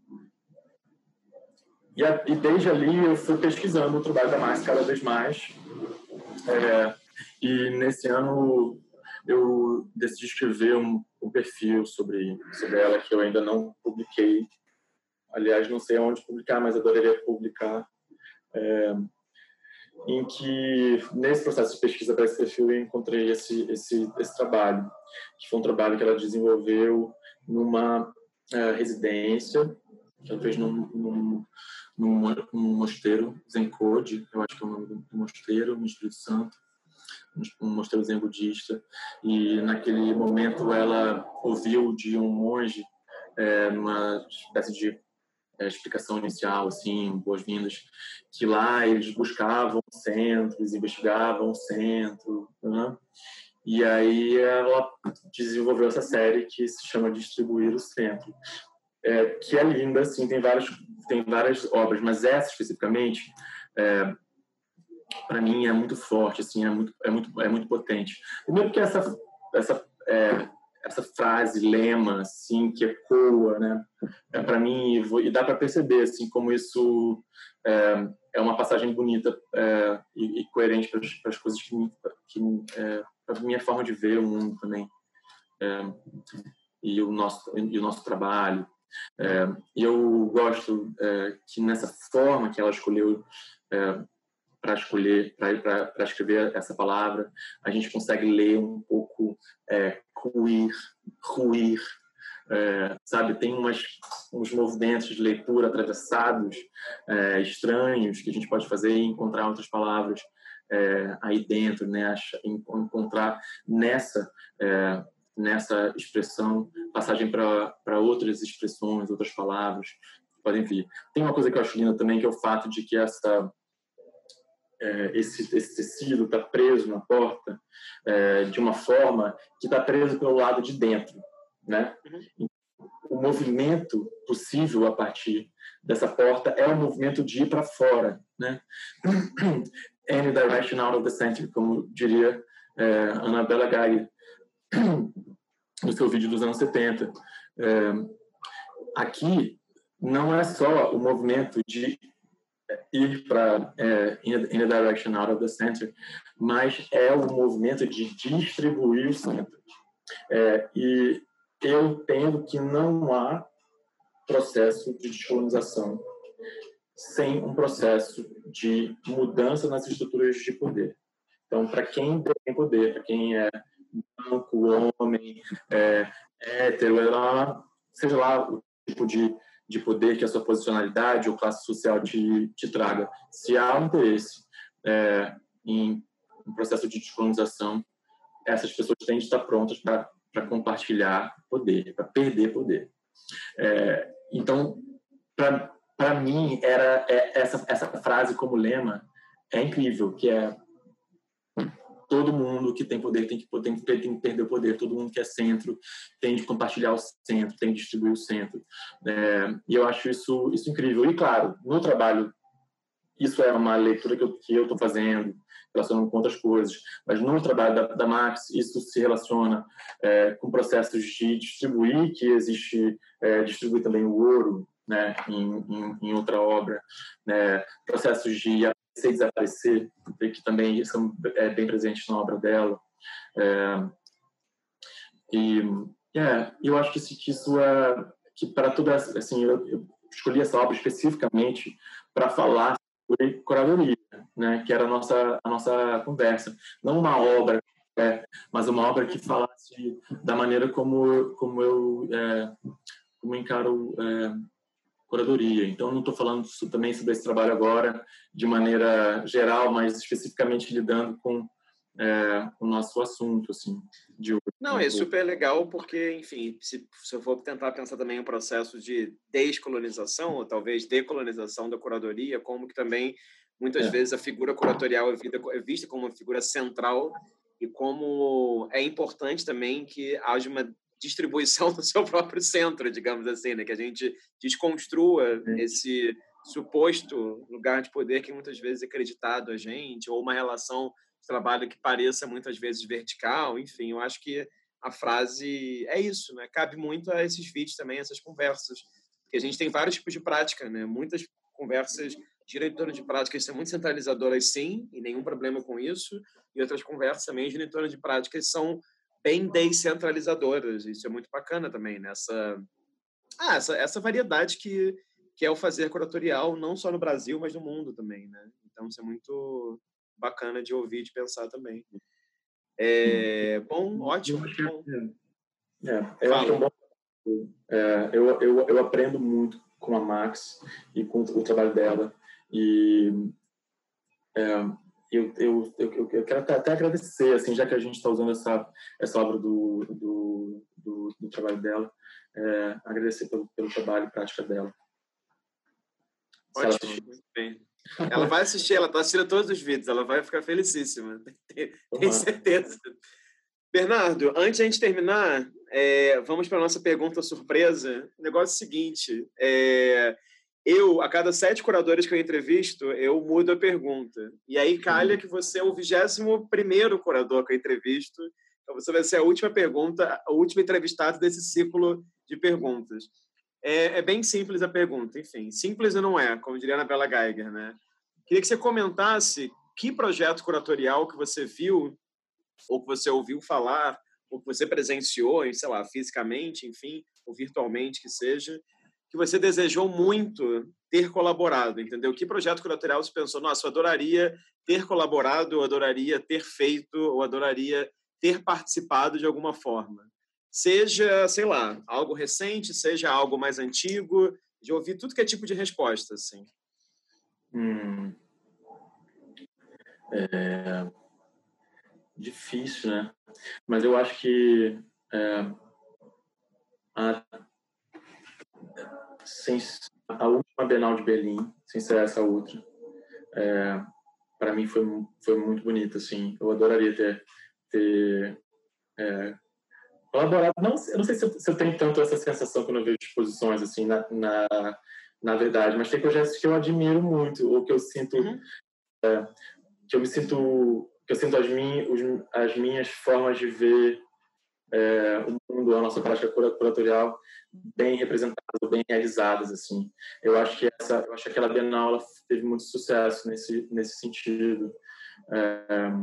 e, a, e desde ali eu fui pesquisando o trabalho da Max cada vez mais. É, e nesse ano eu decidi escrever um, um perfil sobre, sobre ela que eu ainda não publiquei. Aliás, não sei onde publicar, mas adoraria publicar. É, em que, nesse processo de pesquisa para esse perfil, eu encontrei esse, esse, esse trabalho, que foi um trabalho que ela desenvolveu numa uh, residência, que ela fez num, num, num, num mosteiro, Zencode, eu acho que é o nome do mosteiro, no Espírito Santo, um mosteiro zen budista, e naquele momento ela ouviu de um monge é, uma espécie de é, explicação inicial, assim, boas-vindas, que lá eles buscavam centros, investigavam o centro, né? E aí ela desenvolveu essa série que se chama Distribuir o Centro, é, que é linda, assim, tem várias, tem várias obras, mas essa especificamente, é, para mim, é muito forte, assim, é muito, é muito, é muito potente. Primeiro porque essa, essa, é, essa frase, lema, assim, que ecoa, né? É, para mim, e dá para perceber, assim, como isso é, é uma passagem bonita é, e, e coerente para as coisas que, que é, para a minha forma de ver o mundo também. É, e o nosso e o nosso trabalho. É, e eu gosto é, que nessa forma que ela escolheu é, para escolher, para escrever essa palavra, a gente consegue ler um pouco é, ruir, ruir, é, sabe? Tem umas, uns movimentos de leitura atravessados, é, estranhos, que a gente pode fazer e encontrar outras palavras é, aí dentro, né? Encontrar nessa, é, nessa expressão passagem para outras expressões, outras palavras que podem vir. Tem uma coisa que eu acho linda também, que é o fato de que essa É, esse, esse tecido está preso na porta é, de uma forma que está preso pelo lado de dentro, né? Uhum. o movimento possível a partir dessa porta é o movimento de ir para fora, né? Any direction out of the center, como diria é, Annabella Geiger no seu vídeo dos anos setenta. É, aqui não é só o movimento de ir para é, in a direction out of the center, mas é o movimento de distribuir o centro. É, e eu entendo que não há processo de descolonização sem um processo de mudança nas estruturas de poder. Então, para quem tem poder, para quem é branco, homem, é, hétero, seja lá o tipo de, de poder que a sua posicionalidade ou classe social te, te traga, se há um interesse é, em um processo de descolonização, essas pessoas têm de estar prontas para para compartilhar poder, para perder poder. É, então, para mim, era é, essa, essa frase como lema é incrível, que é todo mundo que tem poder tem que, tem, que, tem que perder o poder, todo mundo que é centro tem de compartilhar o centro, tem de distribuir o centro. É, e eu acho isso, isso incrível. E, claro, no trabalho, isso é uma leitura que eu estou fazendo, relacionando com outras coisas, mas no trabalho da, da Max, isso se relaciona é, com processos de distribuir, que existe, é, distribuir também o ouro, né, em, em, em outra obra, né, processos de aparecer e desaparecer, que também são é, bem presentes na obra dela. É, e é, eu acho que isso, que isso é, que para toda, assim, eu, eu escolhi essa obra especificamente para falar sobre curadoria, né, que era a nossa, a nossa conversa. Não uma obra, é, mas uma obra que falasse da maneira como, como eu é, como encaro é, curadoria. Então, não estou falando também sobre esse trabalho agora de maneira geral, mas especificamente lidando com é, o nosso assunto, assim, de hoje. Não, é super legal porque, enfim, se, se eu for tentar pensar também um processo de descolonização, ou talvez decolonização da curadoria, como que também, muitas é. vezes, a figura curatorial é, vida, é vista como uma figura central e como é importante também que haja uma distribuição do seu próprio centro, digamos assim, né? Que a gente desconstrua é. esse suposto lugar de poder que muitas vezes é acreditado a gente, ou uma relação trabalho que pareça muitas vezes vertical, enfim, eu acho que a frase é isso, né? Cabe muito a esses vídeos também, essas conversas, porque a gente tem vários tipos de prática, né? Muitas conversas giram em torno de práticas são muito centralizadoras, sim, e nenhum problema com isso, e outras conversas também giram em torno de práticas são bem descentralizadoras, isso é muito bacana também, nessa né? ah, essa, essa variedade que, que é o fazer curatorial, não só no Brasil, mas no mundo também, né? Então, isso é muito bacana de ouvir e de pensar também. É, bom, ótimo. Bom. É, eu acho que é um bom. É, eu, eu, eu aprendo muito com a Max e com o trabalho dela. E é, eu, eu, eu, eu quero até, até agradecer, assim, já que a gente está usando essa, essa obra do, do, do, do trabalho dela, é, agradecer pelo, pelo trabalho e prática dela. Ótimo, muito bem. Ela vai assistir, ela está assistindo todos os vídeos, ela vai ficar felicíssima, tem, tem certeza. Bernardo, antes de a gente terminar, é, vamos para a nossa pergunta surpresa. O negócio é o seguinte, é, eu, a cada sete curadores que eu entrevisto, eu mudo a pergunta. E aí calha que você é o vigésimo primeiro curador que eu entrevisto, então você vai ser a última pergunta, o último entrevistado desse ciclo de perguntas. É, é bem simples a pergunta, enfim. Simples não é, como diria a Annabella Geiger, né? Queria que você comentasse que projeto curatorial que você viu, ou que você ouviu falar, ou que você presenciou, sei lá, fisicamente, enfim, ou virtualmente que seja, que você desejou muito ter colaborado, entendeu? Que projeto curatorial você pensou, nossa, eu adoraria ter colaborado, eu adoraria ter feito, ou adoraria ter participado de alguma forma? Seja, sei lá, algo recente, seja algo mais antigo, de ouvir tudo que é tipo de resposta, assim. Hum. É... Difícil, né? Mas eu acho que é, a, sem, a última Bienal de Berlim, sem ser essa outra, é, para mim foi, foi muito bonita, assim. Eu adoraria ter, ter é, colaborado, não, eu não sei se eu, se eu tenho tanto essa sensação quando eu vejo exposições, assim, na, na, na verdade, mas tem projetos que eu admiro muito, ou que eu sinto, uhum. é, que eu me sinto, que eu sinto as, min, os, as minhas formas de ver é, o mundo, a nossa prática curatorial bem representadas, bem realizadas, assim. Eu acho que essa, eu acho que aquela Bienal ela teve muito sucesso nesse nesse sentido. É,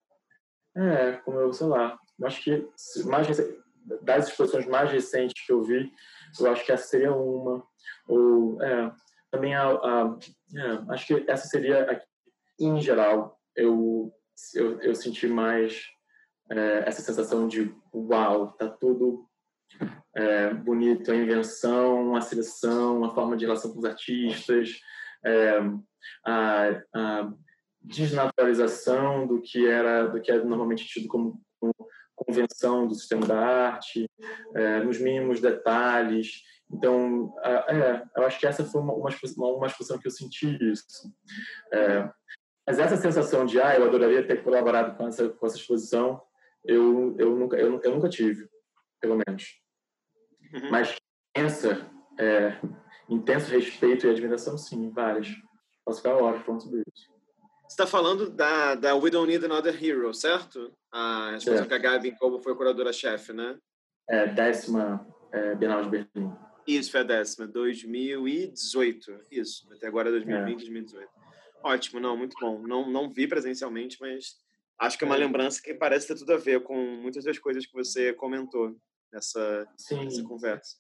é como eu, sei lá, eu acho que mais das exposições mais recentes que eu vi, eu acho que essa seria uma. Ou é, também a, a é, acho que essa seria, em geral, eu eu, eu senti mais é, essa sensação de uau, tá tudo é, bonito, a invenção, a seleção, a forma de relação com os artistas, é, a, a desnaturalização do que era do que é normalmente tido como, como convenção do sistema da arte, é, nos mínimos detalhes. Então, é, eu acho que essa foi uma, uma, uma exposição que eu senti isso. É, mas essa sensação de, ah, eu adoraria ter colaborado com essa, com essa exposição, eu, eu, nunca, eu, eu nunca tive, pelo menos. Uhum. Mas intensa, é, intenso respeito e admiração, sim, várias. Posso ficar horas falando sobre isso. Você está falando da, da We Don't Need Another Hero, certo? A exposição que a Gabi Incobo foi curadora-chefe, né? É, décima é, Bienal de Berlim. Isso, foi a décima, dois mil e dezoito. Isso, até agora dois mil e vinte, é. dois mil e dezoito. Ótimo, não, muito bom. Não, não vi presencialmente, mas acho que é uma é. lembrança que parece ter tudo a ver com muitas das coisas que você comentou nessa, nessa conversa.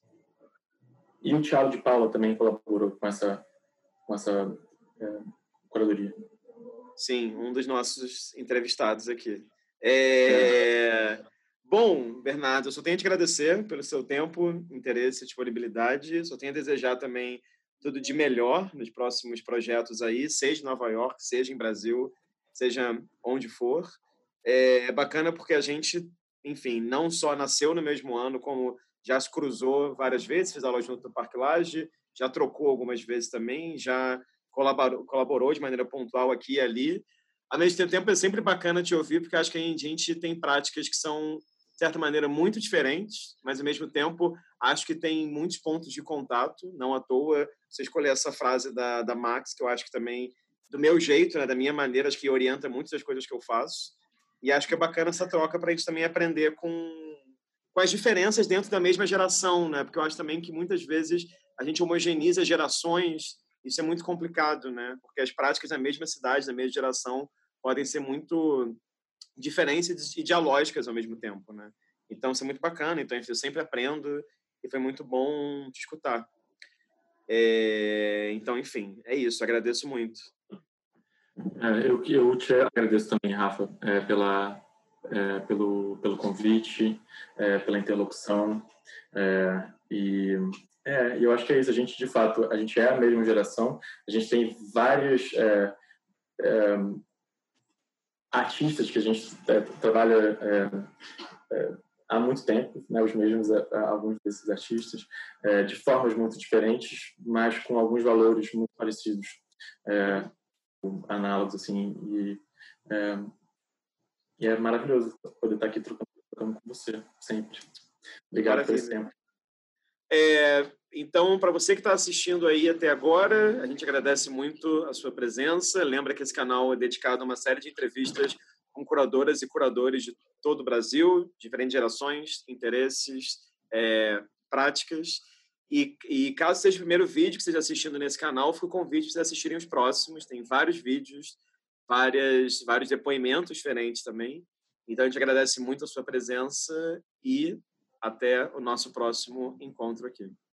E o Thiago de Paula também colaborou com essa, com essa é, curadoria. Sim, um dos nossos entrevistados aqui. É... É. Bom, Bernardo, eu só tenho a te agradecer pelo seu tempo, interesse e disponibilidade. Só tenho a desejar também tudo de melhor nos próximos projetos aí, seja em Nova York, seja em Brasil, seja onde for. É bacana porque a gente, enfim, não só nasceu no mesmo ano, como já se cruzou várias vezes, fez aula junto no Parque Lage, já trocou algumas vezes também, já colaborou, colaborou de maneira pontual aqui e ali. Ao mesmo tempo, é sempre bacana te ouvir, porque acho que a gente tem práticas que são, de certa maneira, muito diferentes, mas, ao mesmo tempo, acho que tem muitos pontos de contato. Não à toa você escolher essa frase da, da Max, que eu acho que também, do meu jeito, né, da minha maneira, acho que orienta muitas das coisas que eu faço. E acho que é bacana essa troca para a gente também aprender com, com as diferenças dentro da mesma geração, né? Porque eu acho também que, muitas vezes, a gente homogeneiza gerações. Isso é muito complicado, né? Porque as práticas na mesma cidade, na mesma geração, podem ser muito diferentes e dialógicas ao mesmo tempo, né? Então, isso é muito bacana. Então, eu sempre aprendo e foi muito bom te escutar. É... Então, enfim, é isso. Agradeço muito. É, eu, eu te agradeço também, Rafa, é, pela, é, pelo, pelo convite, é, pela interlocução. É, e é, eu acho que é isso. A gente, de fato, a gente é a mesma geração. A gente tem vários é, é, artistas que a gente é, trabalha é, é, há muito tempo, né, os mesmos, alguns desses artistas, é, de formas muito diferentes, mas com alguns valores muito parecidos, é, análogos, assim, e é, e é maravilhoso poder estar aqui trocando, trocando com você, sempre. Obrigado por esse tempo. É, então, para você que está assistindo aí até agora, a gente agradece muito a sua presença. Lembra que esse canal é dedicado a uma série de entrevistas com curadoras e curadores de todo o Brasil, diferentes gerações, interesses, é, práticas. E, e caso seja o primeiro vídeo que você esteja assistindo nesse canal, fica o convite para vocês assistirem os próximos. Tem vários vídeos, várias, vários depoimentos diferentes também. Então, a gente agradece muito a sua presença e até o nosso próximo encontro aqui.